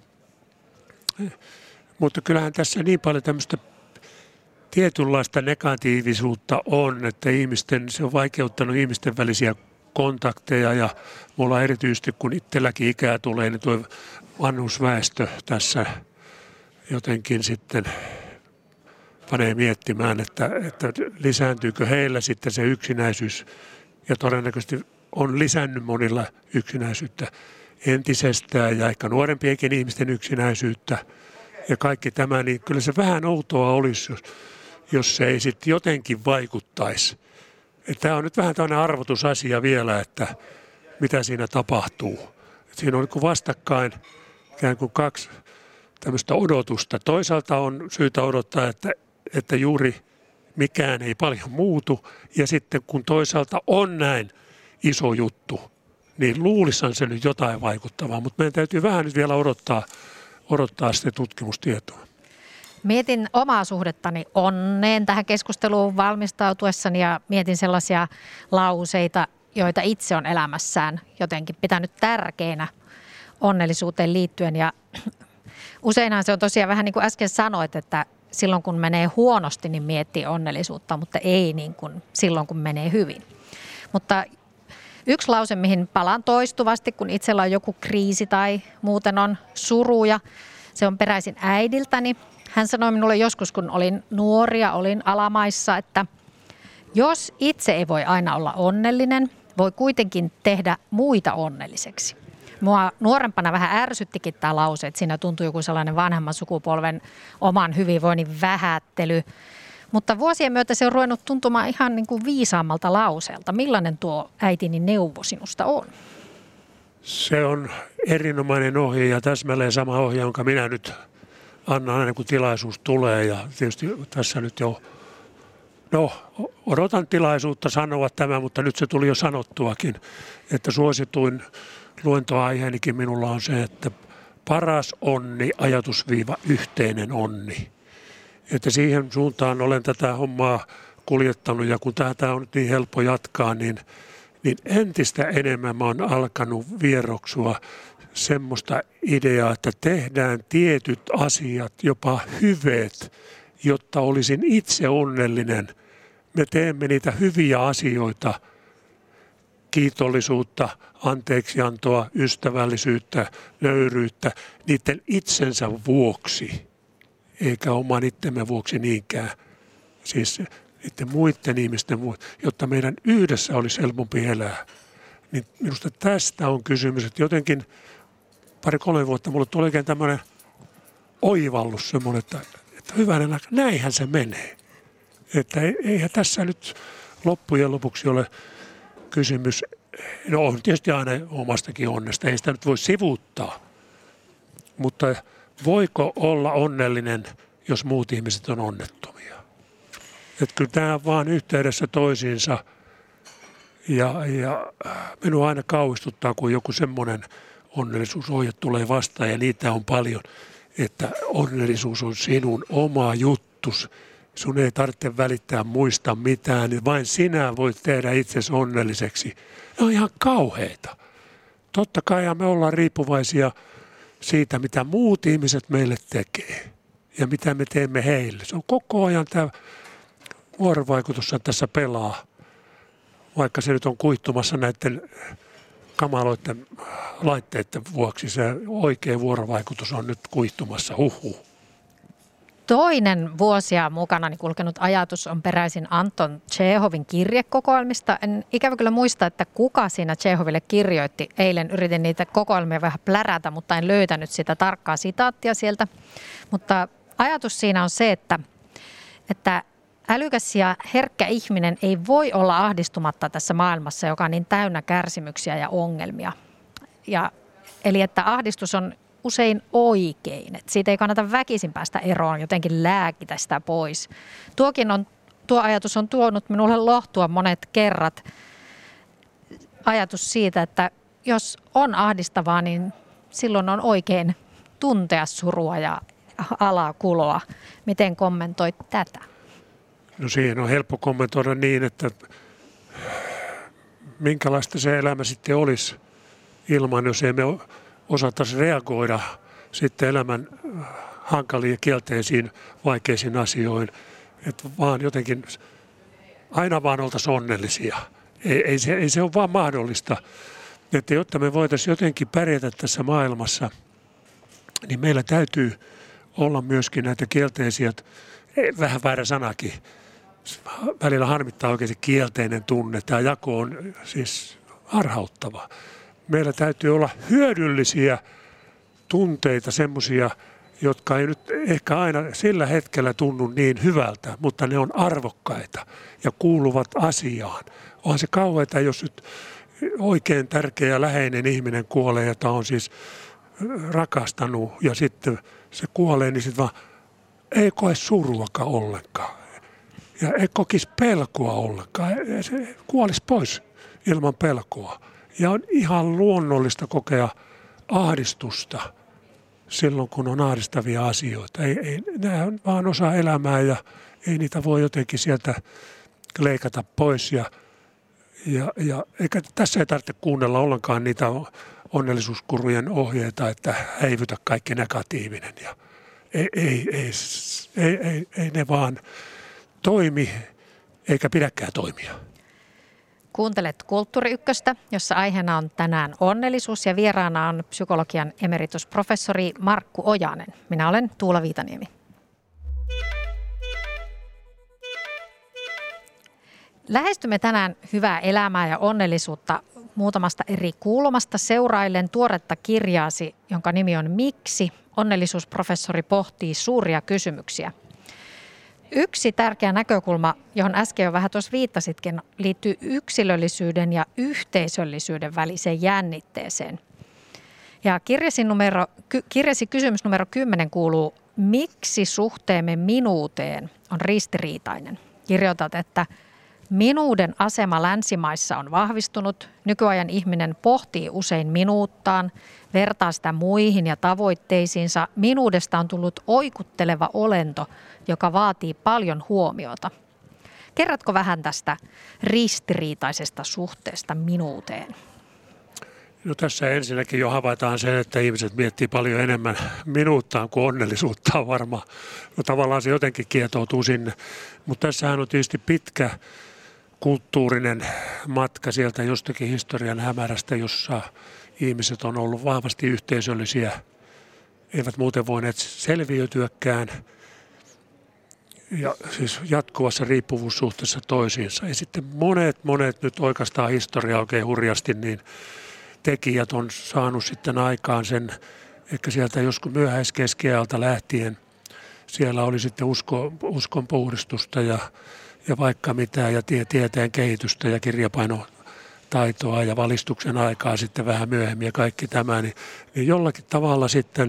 Mutta kyllähän tässä niin paljon tämmöistä tietynlaista negatiivisuutta on, että ihmisten, se on vaikeuttanut ihmisten välisiä kontakteja ja mulla erityisesti kun itselläkin ikää tulee, niin tuo vanhusväestö tässä jotenkin sitten panee miettimään, että, että lisääntyykö heillä sitten se yksinäisyys ja todennäköisesti on lisännyt monilla yksinäisyyttä entisestään ja ehkä nuorempienkin ihmisten yksinäisyyttä ja kaikki tämä, niin kyllä se vähän outoa olisi, jos, jos se ei sitten jotenkin vaikuttaisi. Tämä on nyt vähän tämmöinen arvotusasia vielä, että mitä siinä tapahtuu. Et siinä on niin kuin vastakkain ikään kuin kaksi tämmöistä odotusta. Toisaalta on syytä odottaa, että, että juuri mikään ei paljon muutu ja sitten kun toisaalta on näin iso juttu, niin luulissan se nyt jotain vaikuttavaa, mutta meidän täytyy vähän nyt vielä odottaa, odottaa sitä tutkimustietoa. Mietin omaa suhdettani onneen tähän keskusteluun valmistautuessani ja mietin sellaisia lauseita, joita itse on elämässään jotenkin pitänyt tärkeänä onnellisuuteen liittyen. Ja useinhan se on tosiaan vähän niin kuin äsken sanoit, että silloin kun menee huonosti, niin miettii onnellisuutta, mutta ei niin kuin silloin kun menee hyvin. Mutta yksi lause, mihin palaan toistuvasti, kun itsellä on joku kriisi tai muuten on suruja, se on peräisin äidiltäni. Hän sanoi minulle joskus, kun olin nuori ja olin alamaissa, että jos itse ei voi aina olla onnellinen, voi kuitenkin tehdä muita onnelliseksi. Mua nuorempana vähän ärsyttikin tämä lause, että siinä tuntui joku sellainen vanhemman sukupolven oman hyvinvoinnin vähättely. Mutta vuosien myötä se on ruvennut tuntumaan ihan niin kuin viisaammalta lauseelta. Millainen tuo äitini neuvo sinusta on? Se on erinomainen ohje ja täsmälleen sama ohje, jonka minä nyt annan aina kun tilaisuus tulee. Ja tietysti tässä nyt jo, no odotan tilaisuutta sanoa tämä, mutta nyt se tuli jo sanottuakin, että suosituin luentoaiheenikin minulla on se, että paras onni, ajatusviiva, yhteinen onni. Että siihen suuntaan olen tätä hommaa kuljettanut ja kun tämä on nyt niin helppo jatkaa, niin, niin entistä enemmän mä oon alkanut vieroksua semmoista ideaa, että tehdään tietyt asiat, jopa hyveet, jotta olisin itse onnellinen. Me teemme niitä hyviä asioita, kiitollisuutta, anteeksiantoa, ystävällisyyttä, nöyryyttä, niiden itsensä vuoksi, eikä oman itsemme vuoksi niinkään. Siis niiden muiden ihmisten vuoksi, jotta meidän yhdessä olisi helpompi elää. Niin minusta tästä on kysymys, että jotenkin pari-kolme vuotta mulle tuli oikein tämmöinen oivallus semmoinen, että, että hyvänen aika, näinhän se menee. Että eihän tässä nyt loppujen lopuksi ole kysymys, no on tietysti aina omastakin onnesta, ei sitä nyt voi sivuuttaa, mutta voiko olla onnellinen, jos muut ihmiset on onnettomia? Että kyllä tämä on vaan yhteydessä toisiinsa ja, ja minua aina kauhistuttaa, kun joku semmoinen onnellisuusohje tulee vastaan ja niitä on paljon, että onnellisuus on sinun oma juttus. Sun ei tarvitse välittää muista mitään, niin vain sinä voit tehdä itsesi onnelliseksi. Ne on ihan kauheita. Totta kai me ollaan riippuvaisia siitä, mitä muut ihmiset meille tekee ja mitä me teemme heille. Se on koko ajan tämä vuorovaikutus tässä pelaa, vaikka se nyt on kuihtumassa näiden kamaloiden laitteiden vuoksi. Se oikea vuorovaikutus on nyt kuihtumassa, huhhuh. Toinen vuosia mukanani kulkenut ajatus on peräisin Anton Tšehovin kirjekokoelmista. En ikävä kyllä muista, että kuka siinä Tšehoville kirjoitti. Eilen yritin niitä kokoelmia vähän plärätä, mutta en löytänyt sitä tarkkaa sitaattia sieltä. Mutta ajatus siinä on se, että, että älykäs ja herkkä ihminen ei voi olla ahdistumatta tässä maailmassa, joka on niin täynnä kärsimyksiä ja ongelmia. Ja, eli että ahdistus on usein oikein, että siitä ei kannata väkisin päästä eroon, jotenkin lääkitä sitä pois. Tuokin on, tuo ajatus on tuonut minulle lohtua monet kerrat. Ajatus siitä, että jos on ahdistavaa, niin silloin on oikein tuntea surua ja alakuloa. Miten kommentoit tätä? No siihen on helppo kommentoida niin, että minkälaista se elämä sitten olisi ilman, jos emme osattaisiin reagoida sitten elämän hankaliin ja kielteisiin, vaikeisiin asioihin. Että vaan jotenkin aina vaan oltaisiin onnellisia. Ei, ei, se, ei se ole vaan mahdollista. Että jotta me voitaisiin jotenkin pärjätä tässä maailmassa, niin meillä täytyy olla myöskin näitä kielteisiä, vähän väärä sanakin, välillä harmittaa oikein se kielteinen tunne. Tämä jako on siis harhauttava. Meillä täytyy olla hyödyllisiä tunteita, semmoisia, jotka ei nyt ehkä aina sillä hetkellä tunnu niin hyvältä, mutta ne on arvokkaita ja kuuluvat asiaan. Onhan se kauheata, jos nyt oikein tärkeä ja läheinen ihminen kuolee, jota on siis rakastanut ja sitten se kuolee, niin sitten vaan ei koe suruakaan ollenkaan. Ja ei kokisi pelkoa ollenkaan. Se kuolisi pois ilman pelkoa. Ja on ihan luonnollista kokea ahdistusta silloin, kun on ahdistavia asioita. Ei, ei, nämä on vaan osa elämää ja ei niitä voi jotenkin sieltä leikata pois. Ja, ja, ja eikä, tässä ei tarvitse kuunnella ollenkaan niitä onnellisuuskurujen ohjeita, että häivytä kaikki negatiivinen. Ja ei, ei, ei, ei, ei, ei ne vaan toimi eikä pidäkään toimia. Kuuntelet Kulttuuri Ykköstä, jossa aiheena on tänään onnellisuus ja vieraana on psykologian emeritusprofessori Markku Ojanen. Minä olen Tuula Viitaniemi. Lähestymme tänään hyvää elämää ja onnellisuutta muutamasta eri kulmasta seuraillen tuoretta kirjaasi, jonka nimi on Miksi? Onnellisuusprofessori pohtii suuria kysymyksiä. Yksi tärkeä näkökulma, johon äsken jo vähän tuossa viittasitkin, liittyy yksilöllisyyden ja yhteisöllisyyden väliseen jännitteeseen. Ja kirjasi, numero, kirjasi kysymys numero kymmenen kuuluu, miksi suhteemme minuuteen on ristiriitainen? Kirjoitat, että minuuden asema länsimaissa on vahvistunut. Nykyajan ihminen pohtii usein minuuttaan, vertaa sitä muihin ja tavoitteisiinsa. Minuudesta on tullut oikutteleva olento, joka vaatii paljon huomiota. Kerrotko vähän tästä ristiriitaisesta suhteesta minuuteen? No tässä ensinnäkin jo havaitaan sen, että ihmiset miettii paljon enemmän minuuttaan kuin onnellisuuttaan varmaan. No tavallaan se jotenkin kietoutuu sinne. Mutta tässähän on tietysti pitkä kulttuurinen matka sieltä jostakin historian hämärästä, jossa ihmiset on ollut vahvasti yhteisöllisiä, eivät muuten voineet selviytyäkään ja siis jatkuvassa riippuvuussuhteessa toisiinsa. Ja sitten monet, monet nyt oikeastaan historiaa oikein hurjasti, niin tekijät on saanut sitten aikaan sen, ehkä sieltä joskus myöhäiskeskiajalta lähtien siellä oli sitten usko, uskon puhdistusta ja, ja vaikka mitä ja tie, tieteen kehitystä ja kirjapainotaitoa ja valistuksen aikaa sitten vähän myöhemmin ja kaikki tämä, niin, niin jollakin tavalla sitten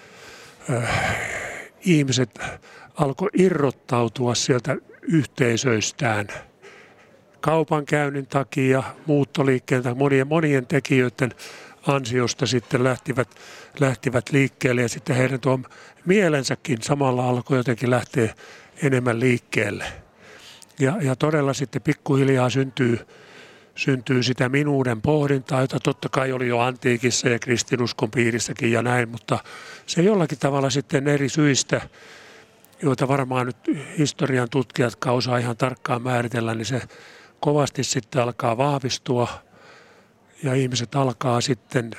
äh, ihmiset alkoi irrottautua sieltä yhteisöistään. Kaupankäynnin takia, muuttoliikkeen tai monien, monien tekijöiden ansiosta sitten lähtivät, lähtivät liikkeelle ja sitten heidän tuo mielensäkin samalla alkoi jotenkin lähteä enemmän liikkeelle. Ja, ja todella sitten pikkuhiljaa syntyy, syntyy sitä minuuden pohdintaa, jota totta kai oli jo antiikissa ja kristinuskon piirissäkin ja näin, mutta se jollakin tavalla sitten eri syistä, joita varmaan nyt historian tutkijatkaan osaa ihan tarkkaan määritellä, niin se kovasti sitten alkaa vahvistua ja ihmiset alkaa sitten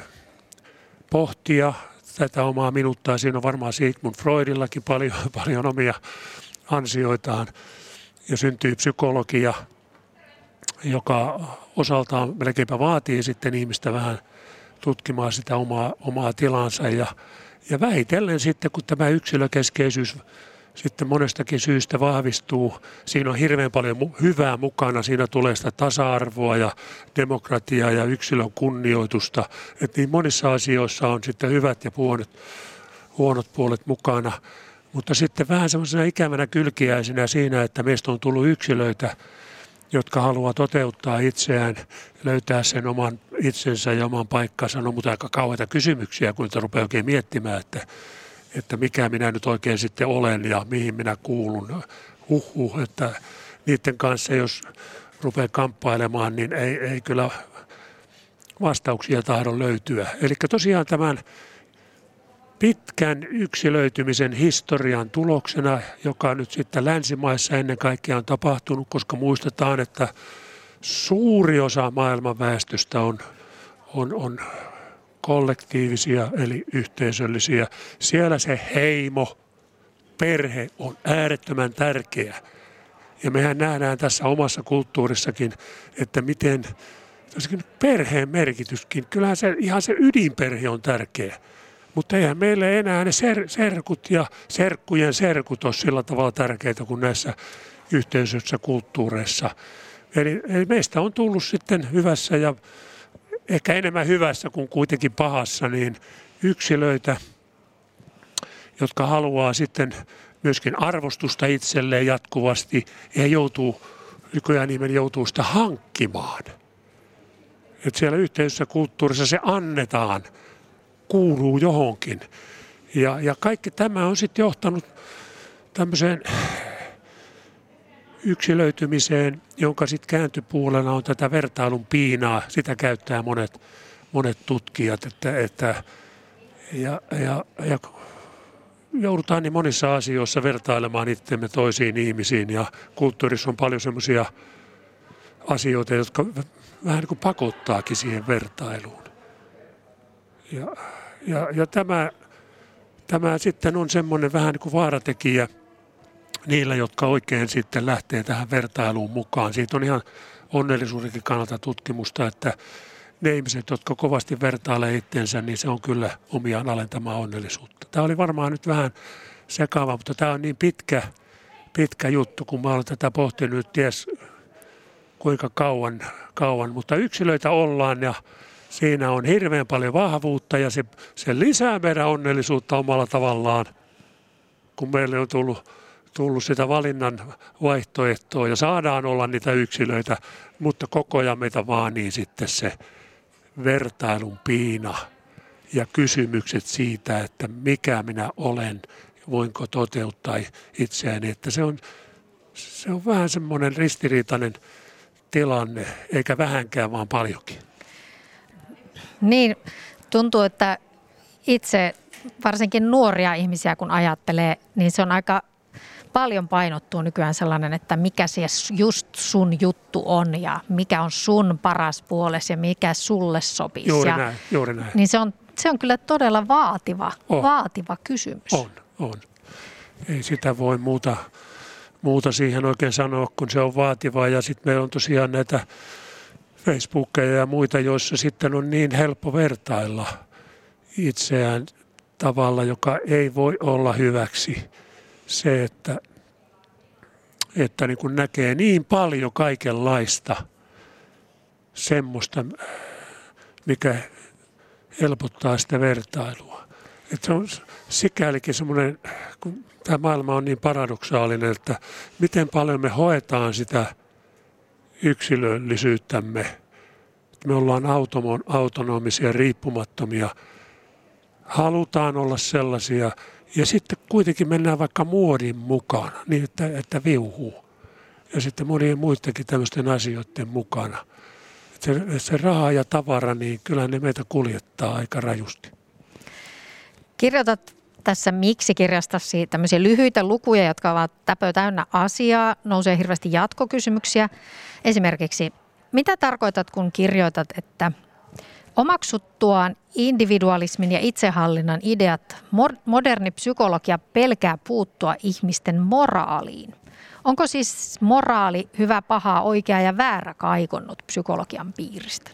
pohtia tätä omaa minuuttaa. Siinä on varmaan Sigmund Freudillakin paljon, paljon omia ansioitaan ja syntyy psykologia, joka osaltaan melkeinpä vaatii sitten ihmistä vähän tutkimaan sitä omaa, omaa tilansa ja, ja vähitellen sitten kun tämä yksilökeskeisyys sitten monestakin syystä vahvistuu. Siinä on hirveän paljon hyvää mukana. Siinä tulee sitä tasa-arvoa ja demokratiaa ja yksilön kunnioitusta. Että niin monissa asioissa on sitten hyvät ja huonot, huonot puolet mukana. Mutta sitten vähän semmoisena ikävänä kylkiäisenä siinä, että meistä on tullut yksilöitä, jotka haluaa toteuttaa itseään, löytää sen oman itsensä ja oman paikkansa. No, mutta aika kauheita kysymyksiä, kun rupeaa oikein miettimään, että että mikä minä nyt oikein sitten olen ja mihin minä kuulun. Huhhuh, että niiden kanssa, jos rupeaa kamppailemaan, niin ei, ei kyllä vastauksia tahdo löytyä. Eli tosiaan tämän pitkän yksilöitymisen historian tuloksena, joka nyt sitten länsimaissa ennen kaikkea on tapahtunut, koska muistetaan, että suuri osa maailman väestöstä on, on, on kollektiivisia eli yhteisöllisiä. Siellä se heimo, perhe on äärettömän tärkeä. Ja mehän nähdään tässä omassa kulttuurissakin, että miten perheen merkityskin, kyllähän se, ihan se ydinperhe on tärkeä. Mutta eihän meille enää ne ser, serkut ja serkkujen serkut ole sillä tavalla tärkeitä kuin näissä yhteisöissä kulttuureissa. Eli, eli meistä on tullut sitten hyvässä ja ehkä enemmän hyvässä kuin kuitenkin pahassa, niin yksilöitä, jotka haluaa sitten myöskin arvostusta itselleen jatkuvasti ja joutuu, nykyään nimen joutuu sitä hankkimaan. Että siellä yhteisössä kulttuurissa se annetaan, kuuluu johonkin. Ja, ja kaikki tämä on sitten johtanut tämmöiseen yksilöitymiseen, jonka sitten kääntöpuolella on tätä vertailun piinaa. Sitä käyttää monet, monet tutkijat, että, että ja, ja, ja joudutaan niin monissa asioissa vertailemaan itsemme toisiin ihmisiin ja kulttuurissa on paljon semmoisia asioita, jotka vähän niin kuin pakottaakin siihen vertailuun. Ja, ja, ja tämä, tämä sitten on semmoinen vähän niin kuin vaaratekijä niillä, jotka oikein sitten lähtee tähän vertailuun mukaan. Siitä on ihan onnellisuudenkin kannalta tutkimusta, että ne ihmiset, jotka kovasti vertailee itseensä, niin se on kyllä omiaan alentamaan onnellisuutta. Tämä oli varmaan nyt vähän sekava, mutta tämä on niin pitkä, pitkä juttu, kun mä olen tätä pohtinut nyt ties kuinka kauan, kauan. Mutta yksilöitä ollaan ja siinä on hirveän paljon vahvuutta ja se, se lisää meidän onnellisuutta omalla tavallaan, kun meille on tullut, tullut sitä valinnan vaihtoehtoa ja saadaan olla niitä yksilöitä, mutta koko ajan meitä vaanii sitten se vertailun piina ja kysymykset siitä, että mikä minä olen, voinko toteuttaa itseäni. Että se on, se on vähän semmoinen ristiriitainen tilanne, eikä vähänkään, vaan paljonkin. Niin, tuntuu, että itse varsinkin nuoria ihmisiä kun ajattelee, niin se on aika paljon painottuu nykyään sellainen, että mikä se just sun juttu on ja mikä on sun paras puoles ja mikä sulle sopisi. Juuri ja, näin, juuri näin. Niin se on, se on kyllä todella vaativa, on. vaativa kysymys. On, on. Ei sitä voi muuta, muuta siihen oikein sanoa, kun se on vaativaa. Ja sitten meillä on tosiaan näitä Facebookeja ja muita, joissa sitten on niin helppo vertailla itseään tavalla, joka ei voi olla hyväksi. Se, että, että niin kun näkee niin paljon kaikenlaista semmoista, mikä helpottaa sitä vertailua. Että se on sikälikin semmoinen, kun tämä maailma on niin paradoksaalinen, että miten paljon me hoetaan sitä yksilöllisyyttämme. Me ollaan autonomisia, riippumattomia, halutaan olla sellaisia. Ja sitten kuitenkin mennään vaikka muodin mukana, niin että, että viuhuu. Ja sitten monien muidenkin tämmöisten asioiden mukana. Se, se raha ja tavara, niin kyllä ne meitä kuljettaa aika rajusti. Kirjoitat tässä Miksi-kirjastasi tämmöisiä lyhyitä lukuja, jotka ovat täpö täynnä asiaa. Nousee hirveästi jatkokysymyksiä. Esimerkiksi, mitä tarkoitat, kun kirjoitat, että omaksuttuaan individualismin ja itsehallinnan ideat moderni psykologia pelkää puuttua ihmisten moraaliin. Onko siis moraali hyvä, paha, oikea ja väärä kaikonnut psykologian piiristä?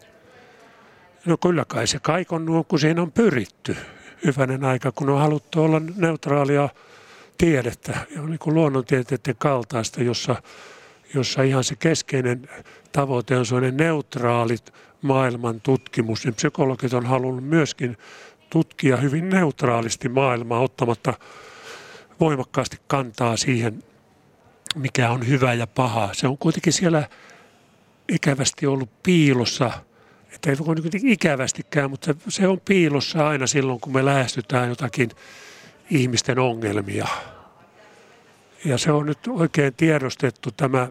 No kyllä kai se kaikonnut, kun siinä on pyritty hyvänen aika, kun on haluttu olla neutraalia tiedettä, niin kuin luonnontieteiden kaltaista, jossa, jossa ihan se keskeinen tavoite on sellainen neutraalit maailman tutkimus. Ja psykologit on halunnut myöskin tutkia hyvin neutraalisti maailmaa, ottamatta voimakkaasti kantaa siihen, mikä on hyvä ja paha. Se on kuitenkin siellä ikävästi ollut piilossa, että ei voi ikävästikään, mutta se on piilossa aina silloin, kun me lähestytään jotakin ihmisten ongelmia. Ja se on nyt oikein tiedostettu tämä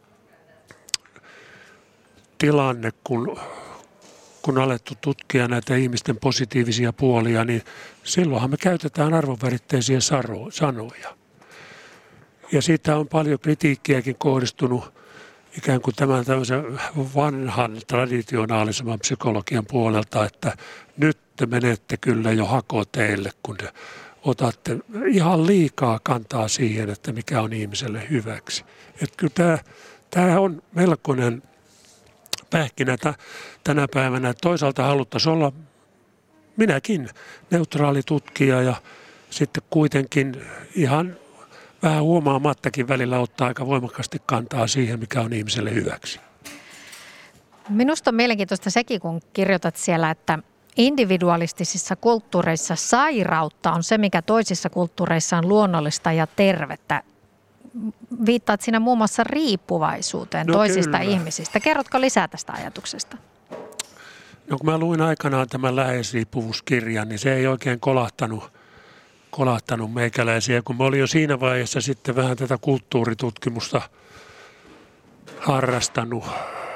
tilanne, kun, kun alettu tutkia näitä ihmisten positiivisia puolia, niin silloinhan me käytetään arvoväritteisiä sanoja. Ja siitä on paljon kritiikkiäkin kohdistunut ikään kuin tämän tämmöisen vanhan traditionaalisemman psykologian puolelta, että nyt te menette kyllä jo hakoteille, kun te otatte ihan liikaa kantaa siihen, että mikä on ihmiselle hyväksi. Että kyllä tämä, tämä on melkoinen pähkinä tänä päivänä. Toisaalta haluttaisiin olla minäkin neutraali tutkija ja sitten kuitenkin ihan vähän huomaamattakin välillä ottaa aika voimakkaasti kantaa siihen, mikä on ihmiselle hyväksi. Minusta on mielenkiintoista sekin, kun kirjoitat siellä, että individualistisissa kulttuureissa sairautta on se, mikä toisissa kulttuureissa on luonnollista ja tervettä. Viittaat siinä muun muassa riippuvaisuuteen no toisista kyllä. ihmisistä. Kerrotko lisää tästä ajatuksesta? No kun mä luin aikanaan tämän läheisriippuvuuskirjan, niin se ei oikein kolahtanut, kolahtanut meikäläisiä, kun mä olin jo siinä vaiheessa sitten vähän tätä kulttuuritutkimusta harrastanut,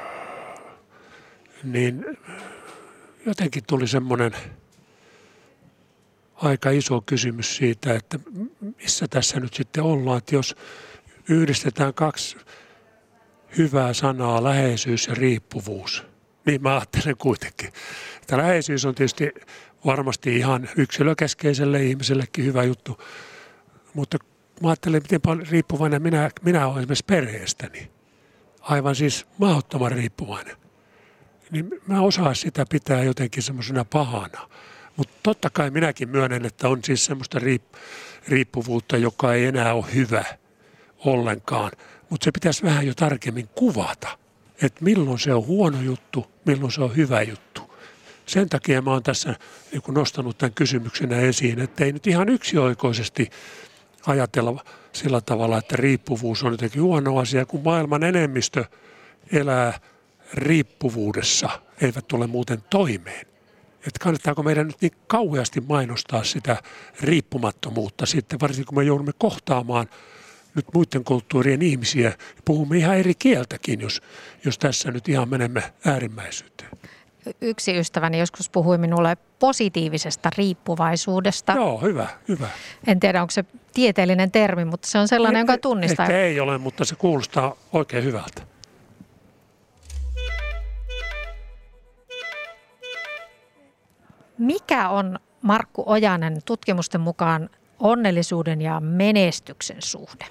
niin jotenkin tuli semmoinen aika iso kysymys siitä, että missä tässä nyt sitten ollaan, että jos yhdistetään kaksi hyvää sanaa, läheisyys ja riippuvuus, niin mä ajattelen kuitenkin, että läheisyys on tietysti varmasti ihan yksilökeskeiselle ihmisellekin hyvä juttu, mutta mä ajattelen, miten paljon riippuvainen minä, minä olen esimerkiksi perheestäni. Aivan siis mahdottoman riippuvainen. Niin mä osaan sitä pitää jotenkin semmoisena pahana. Mutta totta kai minäkin myönnän, että on siis semmoista riip- riippuvuutta, joka ei enää ole hyvä ollenkaan. Mutta se pitäisi vähän jo tarkemmin kuvata, että milloin se on huono juttu, milloin se on hyvä juttu. Sen takia mä oon tässä niin kun nostanut tämän kysymyksenä esiin, että ei nyt ihan yksioikoisesti ajatella sillä tavalla, että riippuvuus on jotenkin huono asia, kun maailman enemmistö elää riippuvuudessa, eivät tule muuten toimeen. Että kannattaako meidän nyt niin kauheasti mainostaa sitä riippumattomuutta sitten, varsinkin kun me joudumme kohtaamaan nyt muiden kulttuurien ihmisiä, puhumme ihan eri kieltäkin, jos, jos tässä nyt ihan menemme äärimmäisyyteen. Yksi ystäväni joskus puhui minulle positiivisesta riippuvaisuudesta. Joo, hyvä, hyvä. En tiedä, onko se tieteellinen termi, mutta se on sellainen, jonka tunnistaa. Ehkä ei ole, mutta se kuulostaa oikein hyvältä. Mikä on, Markku Ojanen, tutkimusten mukaan onnellisuuden ja menestyksen suhde?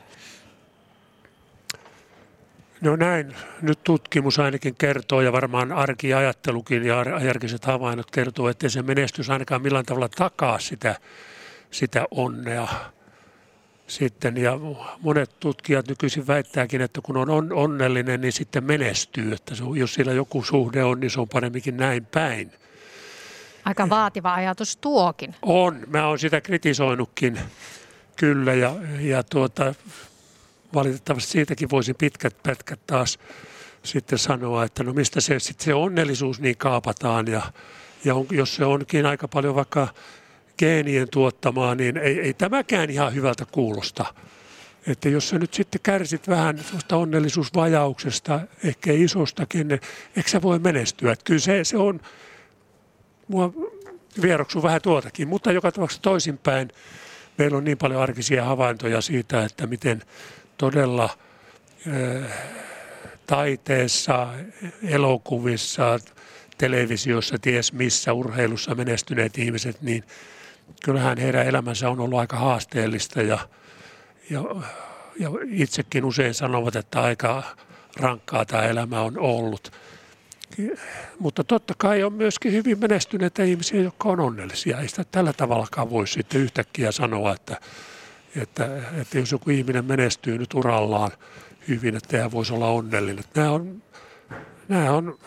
No näin nyt tutkimus ainakin kertoo ja varmaan arkiajattelukin ja järkiset havainnot kertoo, että se menestys ainakaan millään tavalla takaa sitä, sitä onnea. Sitten, ja monet tutkijat nykyisin väittääkin, että kun on onnellinen, niin sitten menestyy. Että se, jos sillä joku suhde on, niin se on paremminkin näin päin. Aika vaativa ajatus tuokin. On. Mä oon sitä kritisoinutkin kyllä ja, ja tuota, valitettavasti siitäkin voisin pitkät pätkät taas sitten sanoa, että no mistä se, sit se onnellisuus niin kaapataan ja, ja on, jos se onkin aika paljon vaikka geenien tuottamaa, niin ei, ei tämäkään ihan hyvältä kuulosta. Että jos sä nyt sitten kärsit vähän sellaista onnellisuusvajauksesta, ehkä isostakin, niin eikö sä voi menestyä? Että kyllä se, se on, mua vieroksuu vähän tuotakin, mutta joka tapauksessa toisinpäin. Meillä on niin paljon arkisia havaintoja siitä, että miten todella äh, taiteessa, elokuvissa, televisiossa, ties missä, urheilussa menestyneet ihmiset, niin kyllähän heidän elämänsä on ollut aika haasteellista ja, ja, ja itsekin usein sanovat, että aika rankkaa tämä elämä on ollut. Mutta totta kai on myöskin hyvin menestyneitä ihmisiä, jotka on onnellisia. Ei sitä tällä tavallakaan voi sitten yhtäkkiä sanoa, että, että, että jos joku ihminen menestyy nyt urallaan hyvin, että hän voisi olla onnellinen. Nämä on, nämä on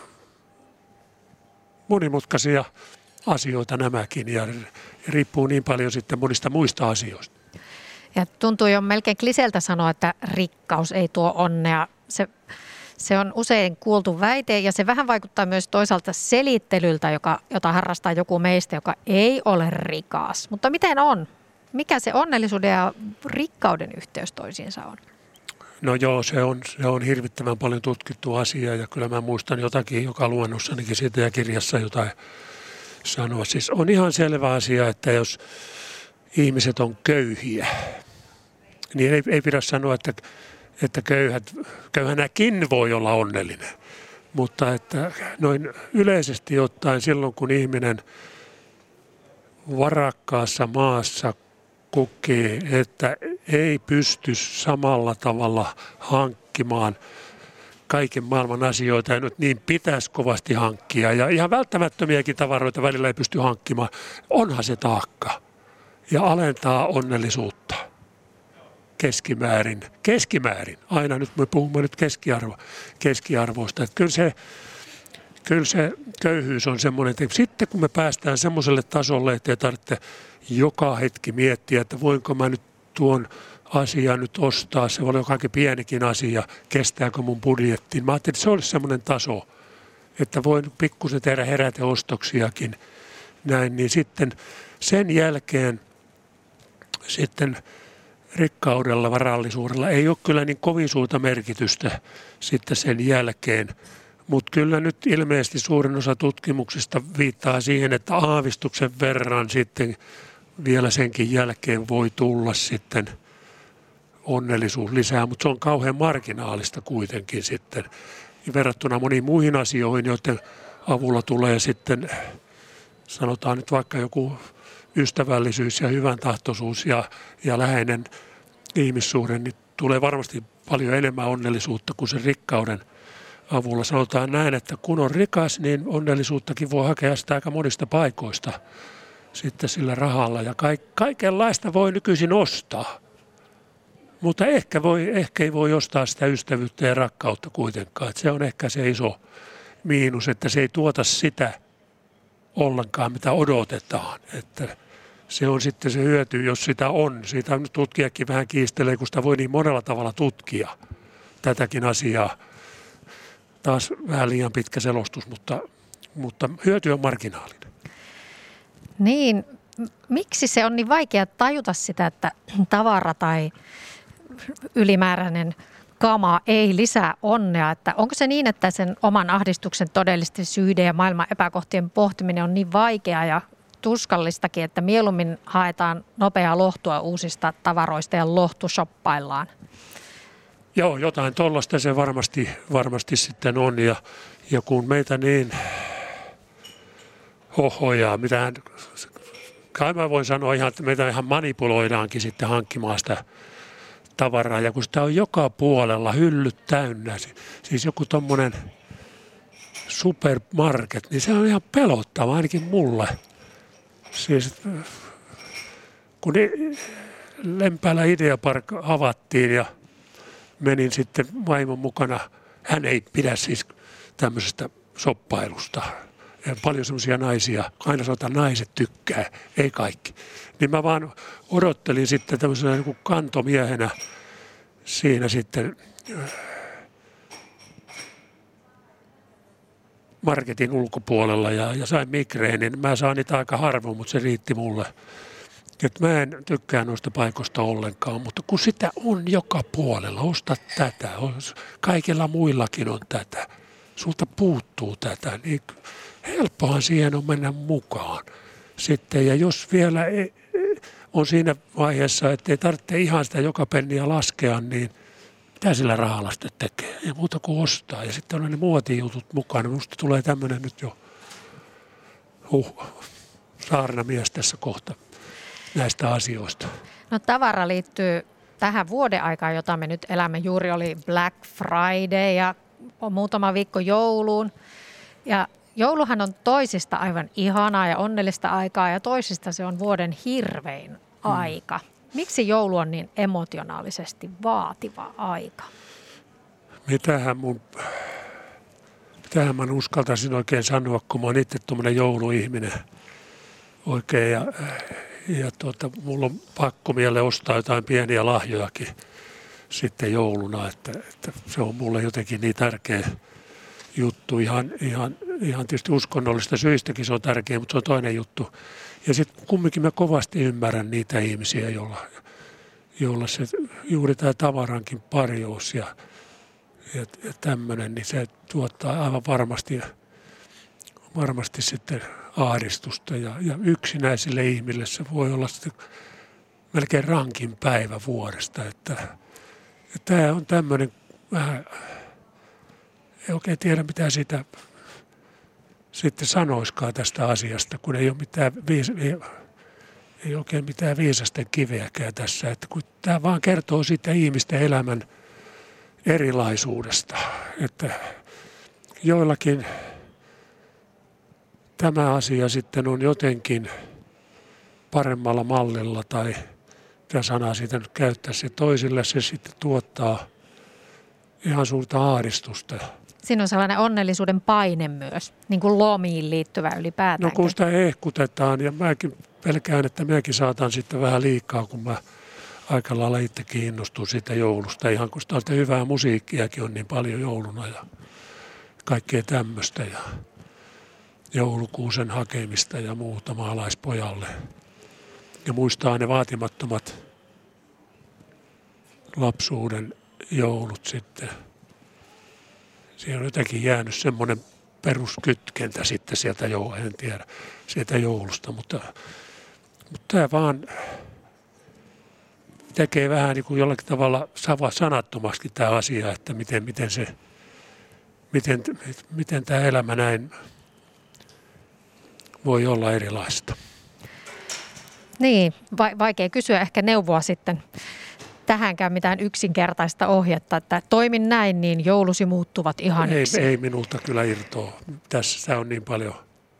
monimutkaisia asioita nämäkin ja riippuu niin paljon sitten monista muista asioista. Ja tuntuu jo melkein kliseeltä sanoa, että rikkaus ei tuo onnea. Se, se on usein kuultu väite ja se vähän vaikuttaa myös toisaalta selittelyltä, joka, jota harrastaa joku meistä, joka ei ole rikas. Mutta miten on? Mikä se onnellisuuden ja rikkauden yhteys toisiinsa on? No joo, se on, se on hirvittävän paljon tutkittu asia ja kyllä mä muistan jotakin, joka luennossanikin siitä ja kirjassa jotain sanoa. Siis on ihan selvä asia, että jos ihmiset on köyhiä, niin ei, ei pidä sanoa, että, että köyhät, köyhänäkin voi olla onnellinen. Mutta että noin yleisesti ottaen silloin, kun ihminen varakkaassa maassa kokee, että ei pysty samalla tavalla hankkimaan kaiken maailman asioita ja nyt niin pitäisi kovasti hankkia ja ihan välttämättömiäkin tavaroita välillä ei pysty hankkimaan. Onhan se taakka ja alentaa onnellisuutta keskimäärin. Keskimäärin. Aina nyt me puhumme nyt keskiarvo, keskiarvoista. Että kyllä, se, kyllä se köyhyys on semmoinen, että sitten kun me päästään semmoiselle tasolle, että ei tarvitse joka hetki miettiä, että voinko mä nyt tuon asian nyt ostaa, se voi olla jokakin pienikin asia, kestääkö mun budjettiin. Mä ajattelin, että se olisi semmoinen taso, että voin pikkusen tehdä heräteostoksiakin näin, niin sitten sen jälkeen sitten rikkaudella, varallisuudella ei ole kyllä niin kovin suurta merkitystä sitten sen jälkeen. Mutta kyllä nyt ilmeisesti suurin osa tutkimuksista viittaa siihen, että aavistuksen verran sitten vielä senkin jälkeen voi tulla sitten onnellisuus lisää, mutta se on kauhean marginaalista kuitenkin sitten verrattuna moniin muihin asioihin, joiden avulla tulee sitten, sanotaan nyt vaikka joku ystävällisyys ja hyvän tahtoisuus ja, ja läheinen ihmissuhde, niin tulee varmasti paljon enemmän onnellisuutta kuin sen rikkauden avulla. Sanotaan näin, että kun on rikas, niin onnellisuuttakin voi hakea sitä aika monista paikoista sitten sillä rahalla. Ja kaikenlaista voi nykyisin ostaa, mutta ehkä, voi, ehkä ei voi ostaa sitä ystävyyttä ja rakkautta kuitenkaan. Että se on ehkä se iso miinus, että se ei tuota sitä ollenkaan, mitä odotetaan. Että se on sitten se hyöty, jos sitä on. Siitä nyt tutkijakin vähän kiistelee, kun sitä voi niin monella tavalla tutkia tätäkin asiaa. Taas vähän liian pitkä selostus, mutta, mutta hyöty on marginaalinen. Niin, miksi se on niin vaikea tajuta sitä, että tavara tai ylimääräinen kama ei lisää onnea? Että onko se niin, että sen oman ahdistuksen todellisten syiden ja maailman epäkohtien pohtiminen on niin vaikeaa ja tuskallistakin, että mieluummin haetaan nopeaa lohtua uusista tavaroista ja lohtushoppaillaan? Joo, jotain tollaista se varmasti, varmasti sitten on. Ja, ja kun meitä niin hohojaa, mitään, kai mä voin sanoa ihan, että meitä ihan manipuloidaankin sitten hankkimaan sitä tavaraa. Ja kun sitä on joka puolella hyllyt täynnä, siis joku tommonen supermarket, niin se on ihan pelottava ainakin mulle. Siis kun Lempäälä Idea Park avattiin ja menin sitten vaimon mukana, hän ei pidä siis tämmöisestä shoppailusta. Ja paljon semmoisia naisia, aina sanotaan naiset tykkää, ei kaikki. Niin mä vaan odottelin sitten tämmöisenä niin kuin kantomiehenä siinä sitten marketin ulkopuolella ja, ja sain migreenin. Mä saan niitä aika harvoin, mutta se riitti mulle. Et mä en tykkää noista paikoista ollenkaan, mutta kun sitä on joka puolella, osta tätä, kaikilla muillakin on tätä, sulta puuttuu tätä, niin helppohan siihen on mennä mukaan sitten. Ja jos vielä ei, on siinä vaiheessa, että ei tarvitse ihan sitä joka penniä laskea, niin mitä sillä rahalla sitten tekee? Ei muuta kuin ostaa. Ja sitten on ne muotijutut mukana. Minusta tulee tämmöinen nyt jo huh, saarnamies tässä kohta näistä asioista. No tavara liittyy tähän vuoden aikaan, jota me nyt elämme. Juuri oli Black Friday ja muutama viikko jouluun. Ja jouluhan on toisista aivan ihanaa ja onnellista aikaa ja toisista se on vuoden hirvein aika. Hmm. Miksi joulu on niin emotionaalisesti vaativa aika? Mitähän mun, mitähän mä uskaltaisin oikein sanoa, kun mä oon itse tuommoinen jouluihminen oikein. Ja, ja tuota, mulla on pakko mieleen ostaa jotain pieniä lahjojakin sitten jouluna, että, että se on mulle jotenkin niin tärkeä juttu. Ihan, ihan, ihan tietysti uskonnollista syistäkin se on tärkeä, mutta se on toinen juttu. Ja sitten kumminkin mä kovasti ymmärrän niitä ihmisiä, joilla, joilla se juuri tämä tavarankin parjous ja, ja, ja tämmöinen, niin se tuottaa aivan varmasti, varmasti sitten ahdistusta. Ja, ja yksinäisille ihmille se voi olla sitten melkein rankin päivä vuodesta. Että, ja tämä on tämmöinen vähän, ei oikein tiedä mitä siitä sitten sanoiskaan tästä asiasta, kun ei ole mitään, viis, ei, ei oikein mitään viisasten kiveäkään tässä. Että kun tämä vaan kertoo siitä ihmisten elämän erilaisuudesta, että joillakin tämä asia sitten on jotenkin paremmalla mallilla tai mitä sanaa siitä nyt käyttäisi. Toisille se sitten tuottaa ihan suurta ahdistusta. Siinä on sellainen onnellisuuden paine myös, niin kuin lomiin liittyvä ylipäätään. No kun sitä ehkutetaan ja mäkin pelkään, että mäkin saatan sitten vähän liikaa, kun mä aika lailla itsekin innostun siitä joulusta. Ihan kun sitä on sitä hyvää musiikkiakin on niin paljon jouluna ja kaikkea tämmöistä ja joulukuusen hakemista ja muuta maalaispojalle. Ja muistaa ne vaatimattomat lapsuuden joulut sitten. Siinä on jotenkin jäänyt semmoinen peruskytkentä sitten sieltä, joo, en tiedä, sieltä joulusta, mutta, mutta tämä vaan tekee vähän niin kuin jollakin tavalla sanattomaksi tämä asia, että miten, miten, se, miten, miten tämä elämä näin voi olla erilaista. Niin, va- vaikea kysyä ehkä neuvoa sitten tähänkään mitään yksinkertaista ohjetta, että toimin näin, niin joulusi muuttuvat ihaniksi. Ei, ei minulta kyllä irtoa. Tässä on niin paljon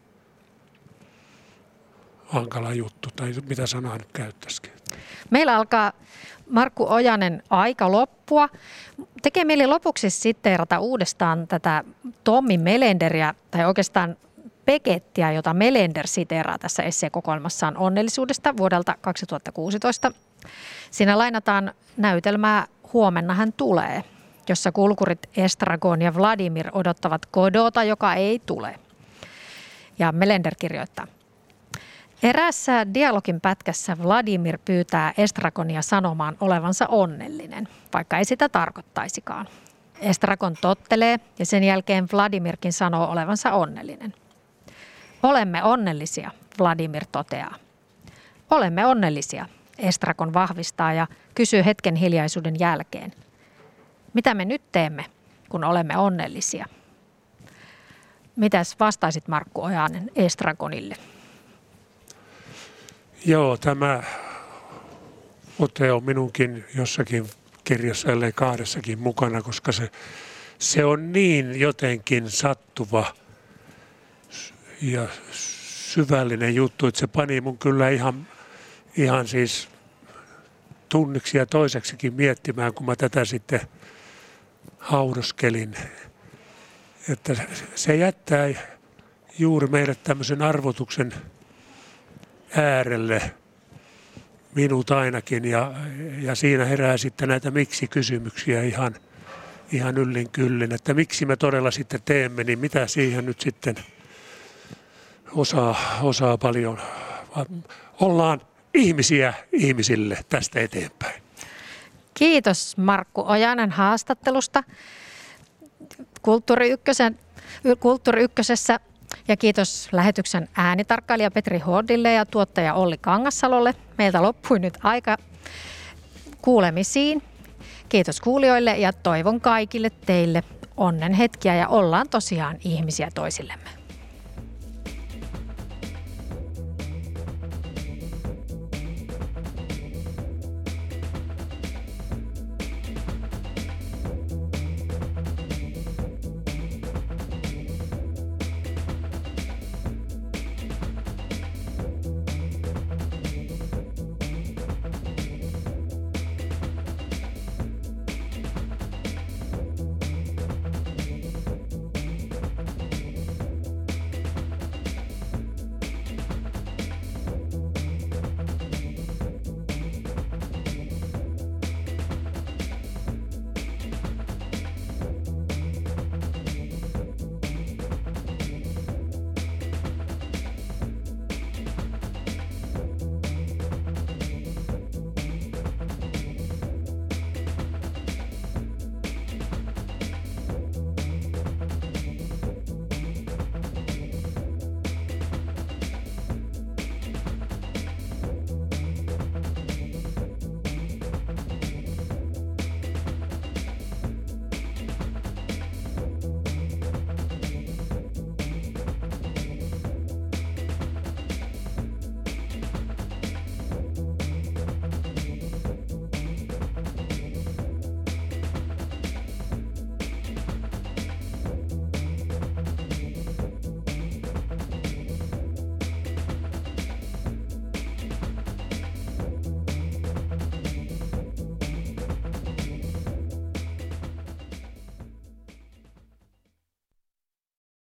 hankala juttu, tai mitä sanaa nyt käyttäisikin. Meillä alkaa Markku Ojanen aika loppua. Tekee mieli lopuksi siteerata uudestaan tätä Tommi Melenderiä, tai oikeastaan Pekettiä, jota Melender siteeraa tässä esseekokoelmassaan onnellisuudesta vuodelta kaksituhattakuusitoista. Siinä lainataan näytelmää Huomenna hän tulee, jossa kulkurit Estragon ja Vladimir odottavat Godota, joka ei tule. Ja Melender kirjoittaa. Eräässä dialogin pätkässä Vladimir pyytää Estragonia sanomaan olevansa onnellinen, vaikka ei sitä tarkoittaisikaan. Estragon tottelee ja sen jälkeen Vladimirkin sanoo olevansa onnellinen. Olemme onnellisia, Vladimir toteaa. Olemme onnellisia, Estragon vahvistaa ja kysyy hetken hiljaisuuden jälkeen. Mitä me nyt teemme, kun olemme onnellisia? Mitäs vastaisit Markku Ojanen Estragonille? Joo, tämä ote on minunkin jossakin kirjassa, ellei kahdessakin mukana, koska se, se on niin jotenkin sattuva ja syvällinen juttu, että se pani mun kyllä ihan, ihan siis tunniksi ja toiseksikin miettimään, kun mä tätä sitten haudoskelin. Että se jättää juuri meidät tämmöisen arvotuksen äärelle, minut ainakin, ja, ja siinä herää sitten näitä miksi-kysymyksiä ihan, ihan yllin kyllin, että miksi me todella sitten teemme, niin mitä siihen nyt sitten osaa, osaa paljon. Ollaan ihmisiä ihmisille tästä eteenpäin. Kiitos Markku Ojanen haastattelusta Kulttuuri Ykkösen, Kulttuuri Ykkösessä. Ja kiitos lähetyksen äänitarkkailija Petri Hoodille ja tuottaja Olli Kangassalolle. Meiltä loppui nyt aika kuulemisiin. Kiitos kuulijoille ja toivon kaikille teille onnen hetkiä ja ollaan tosiaan ihmisiä toisillemme.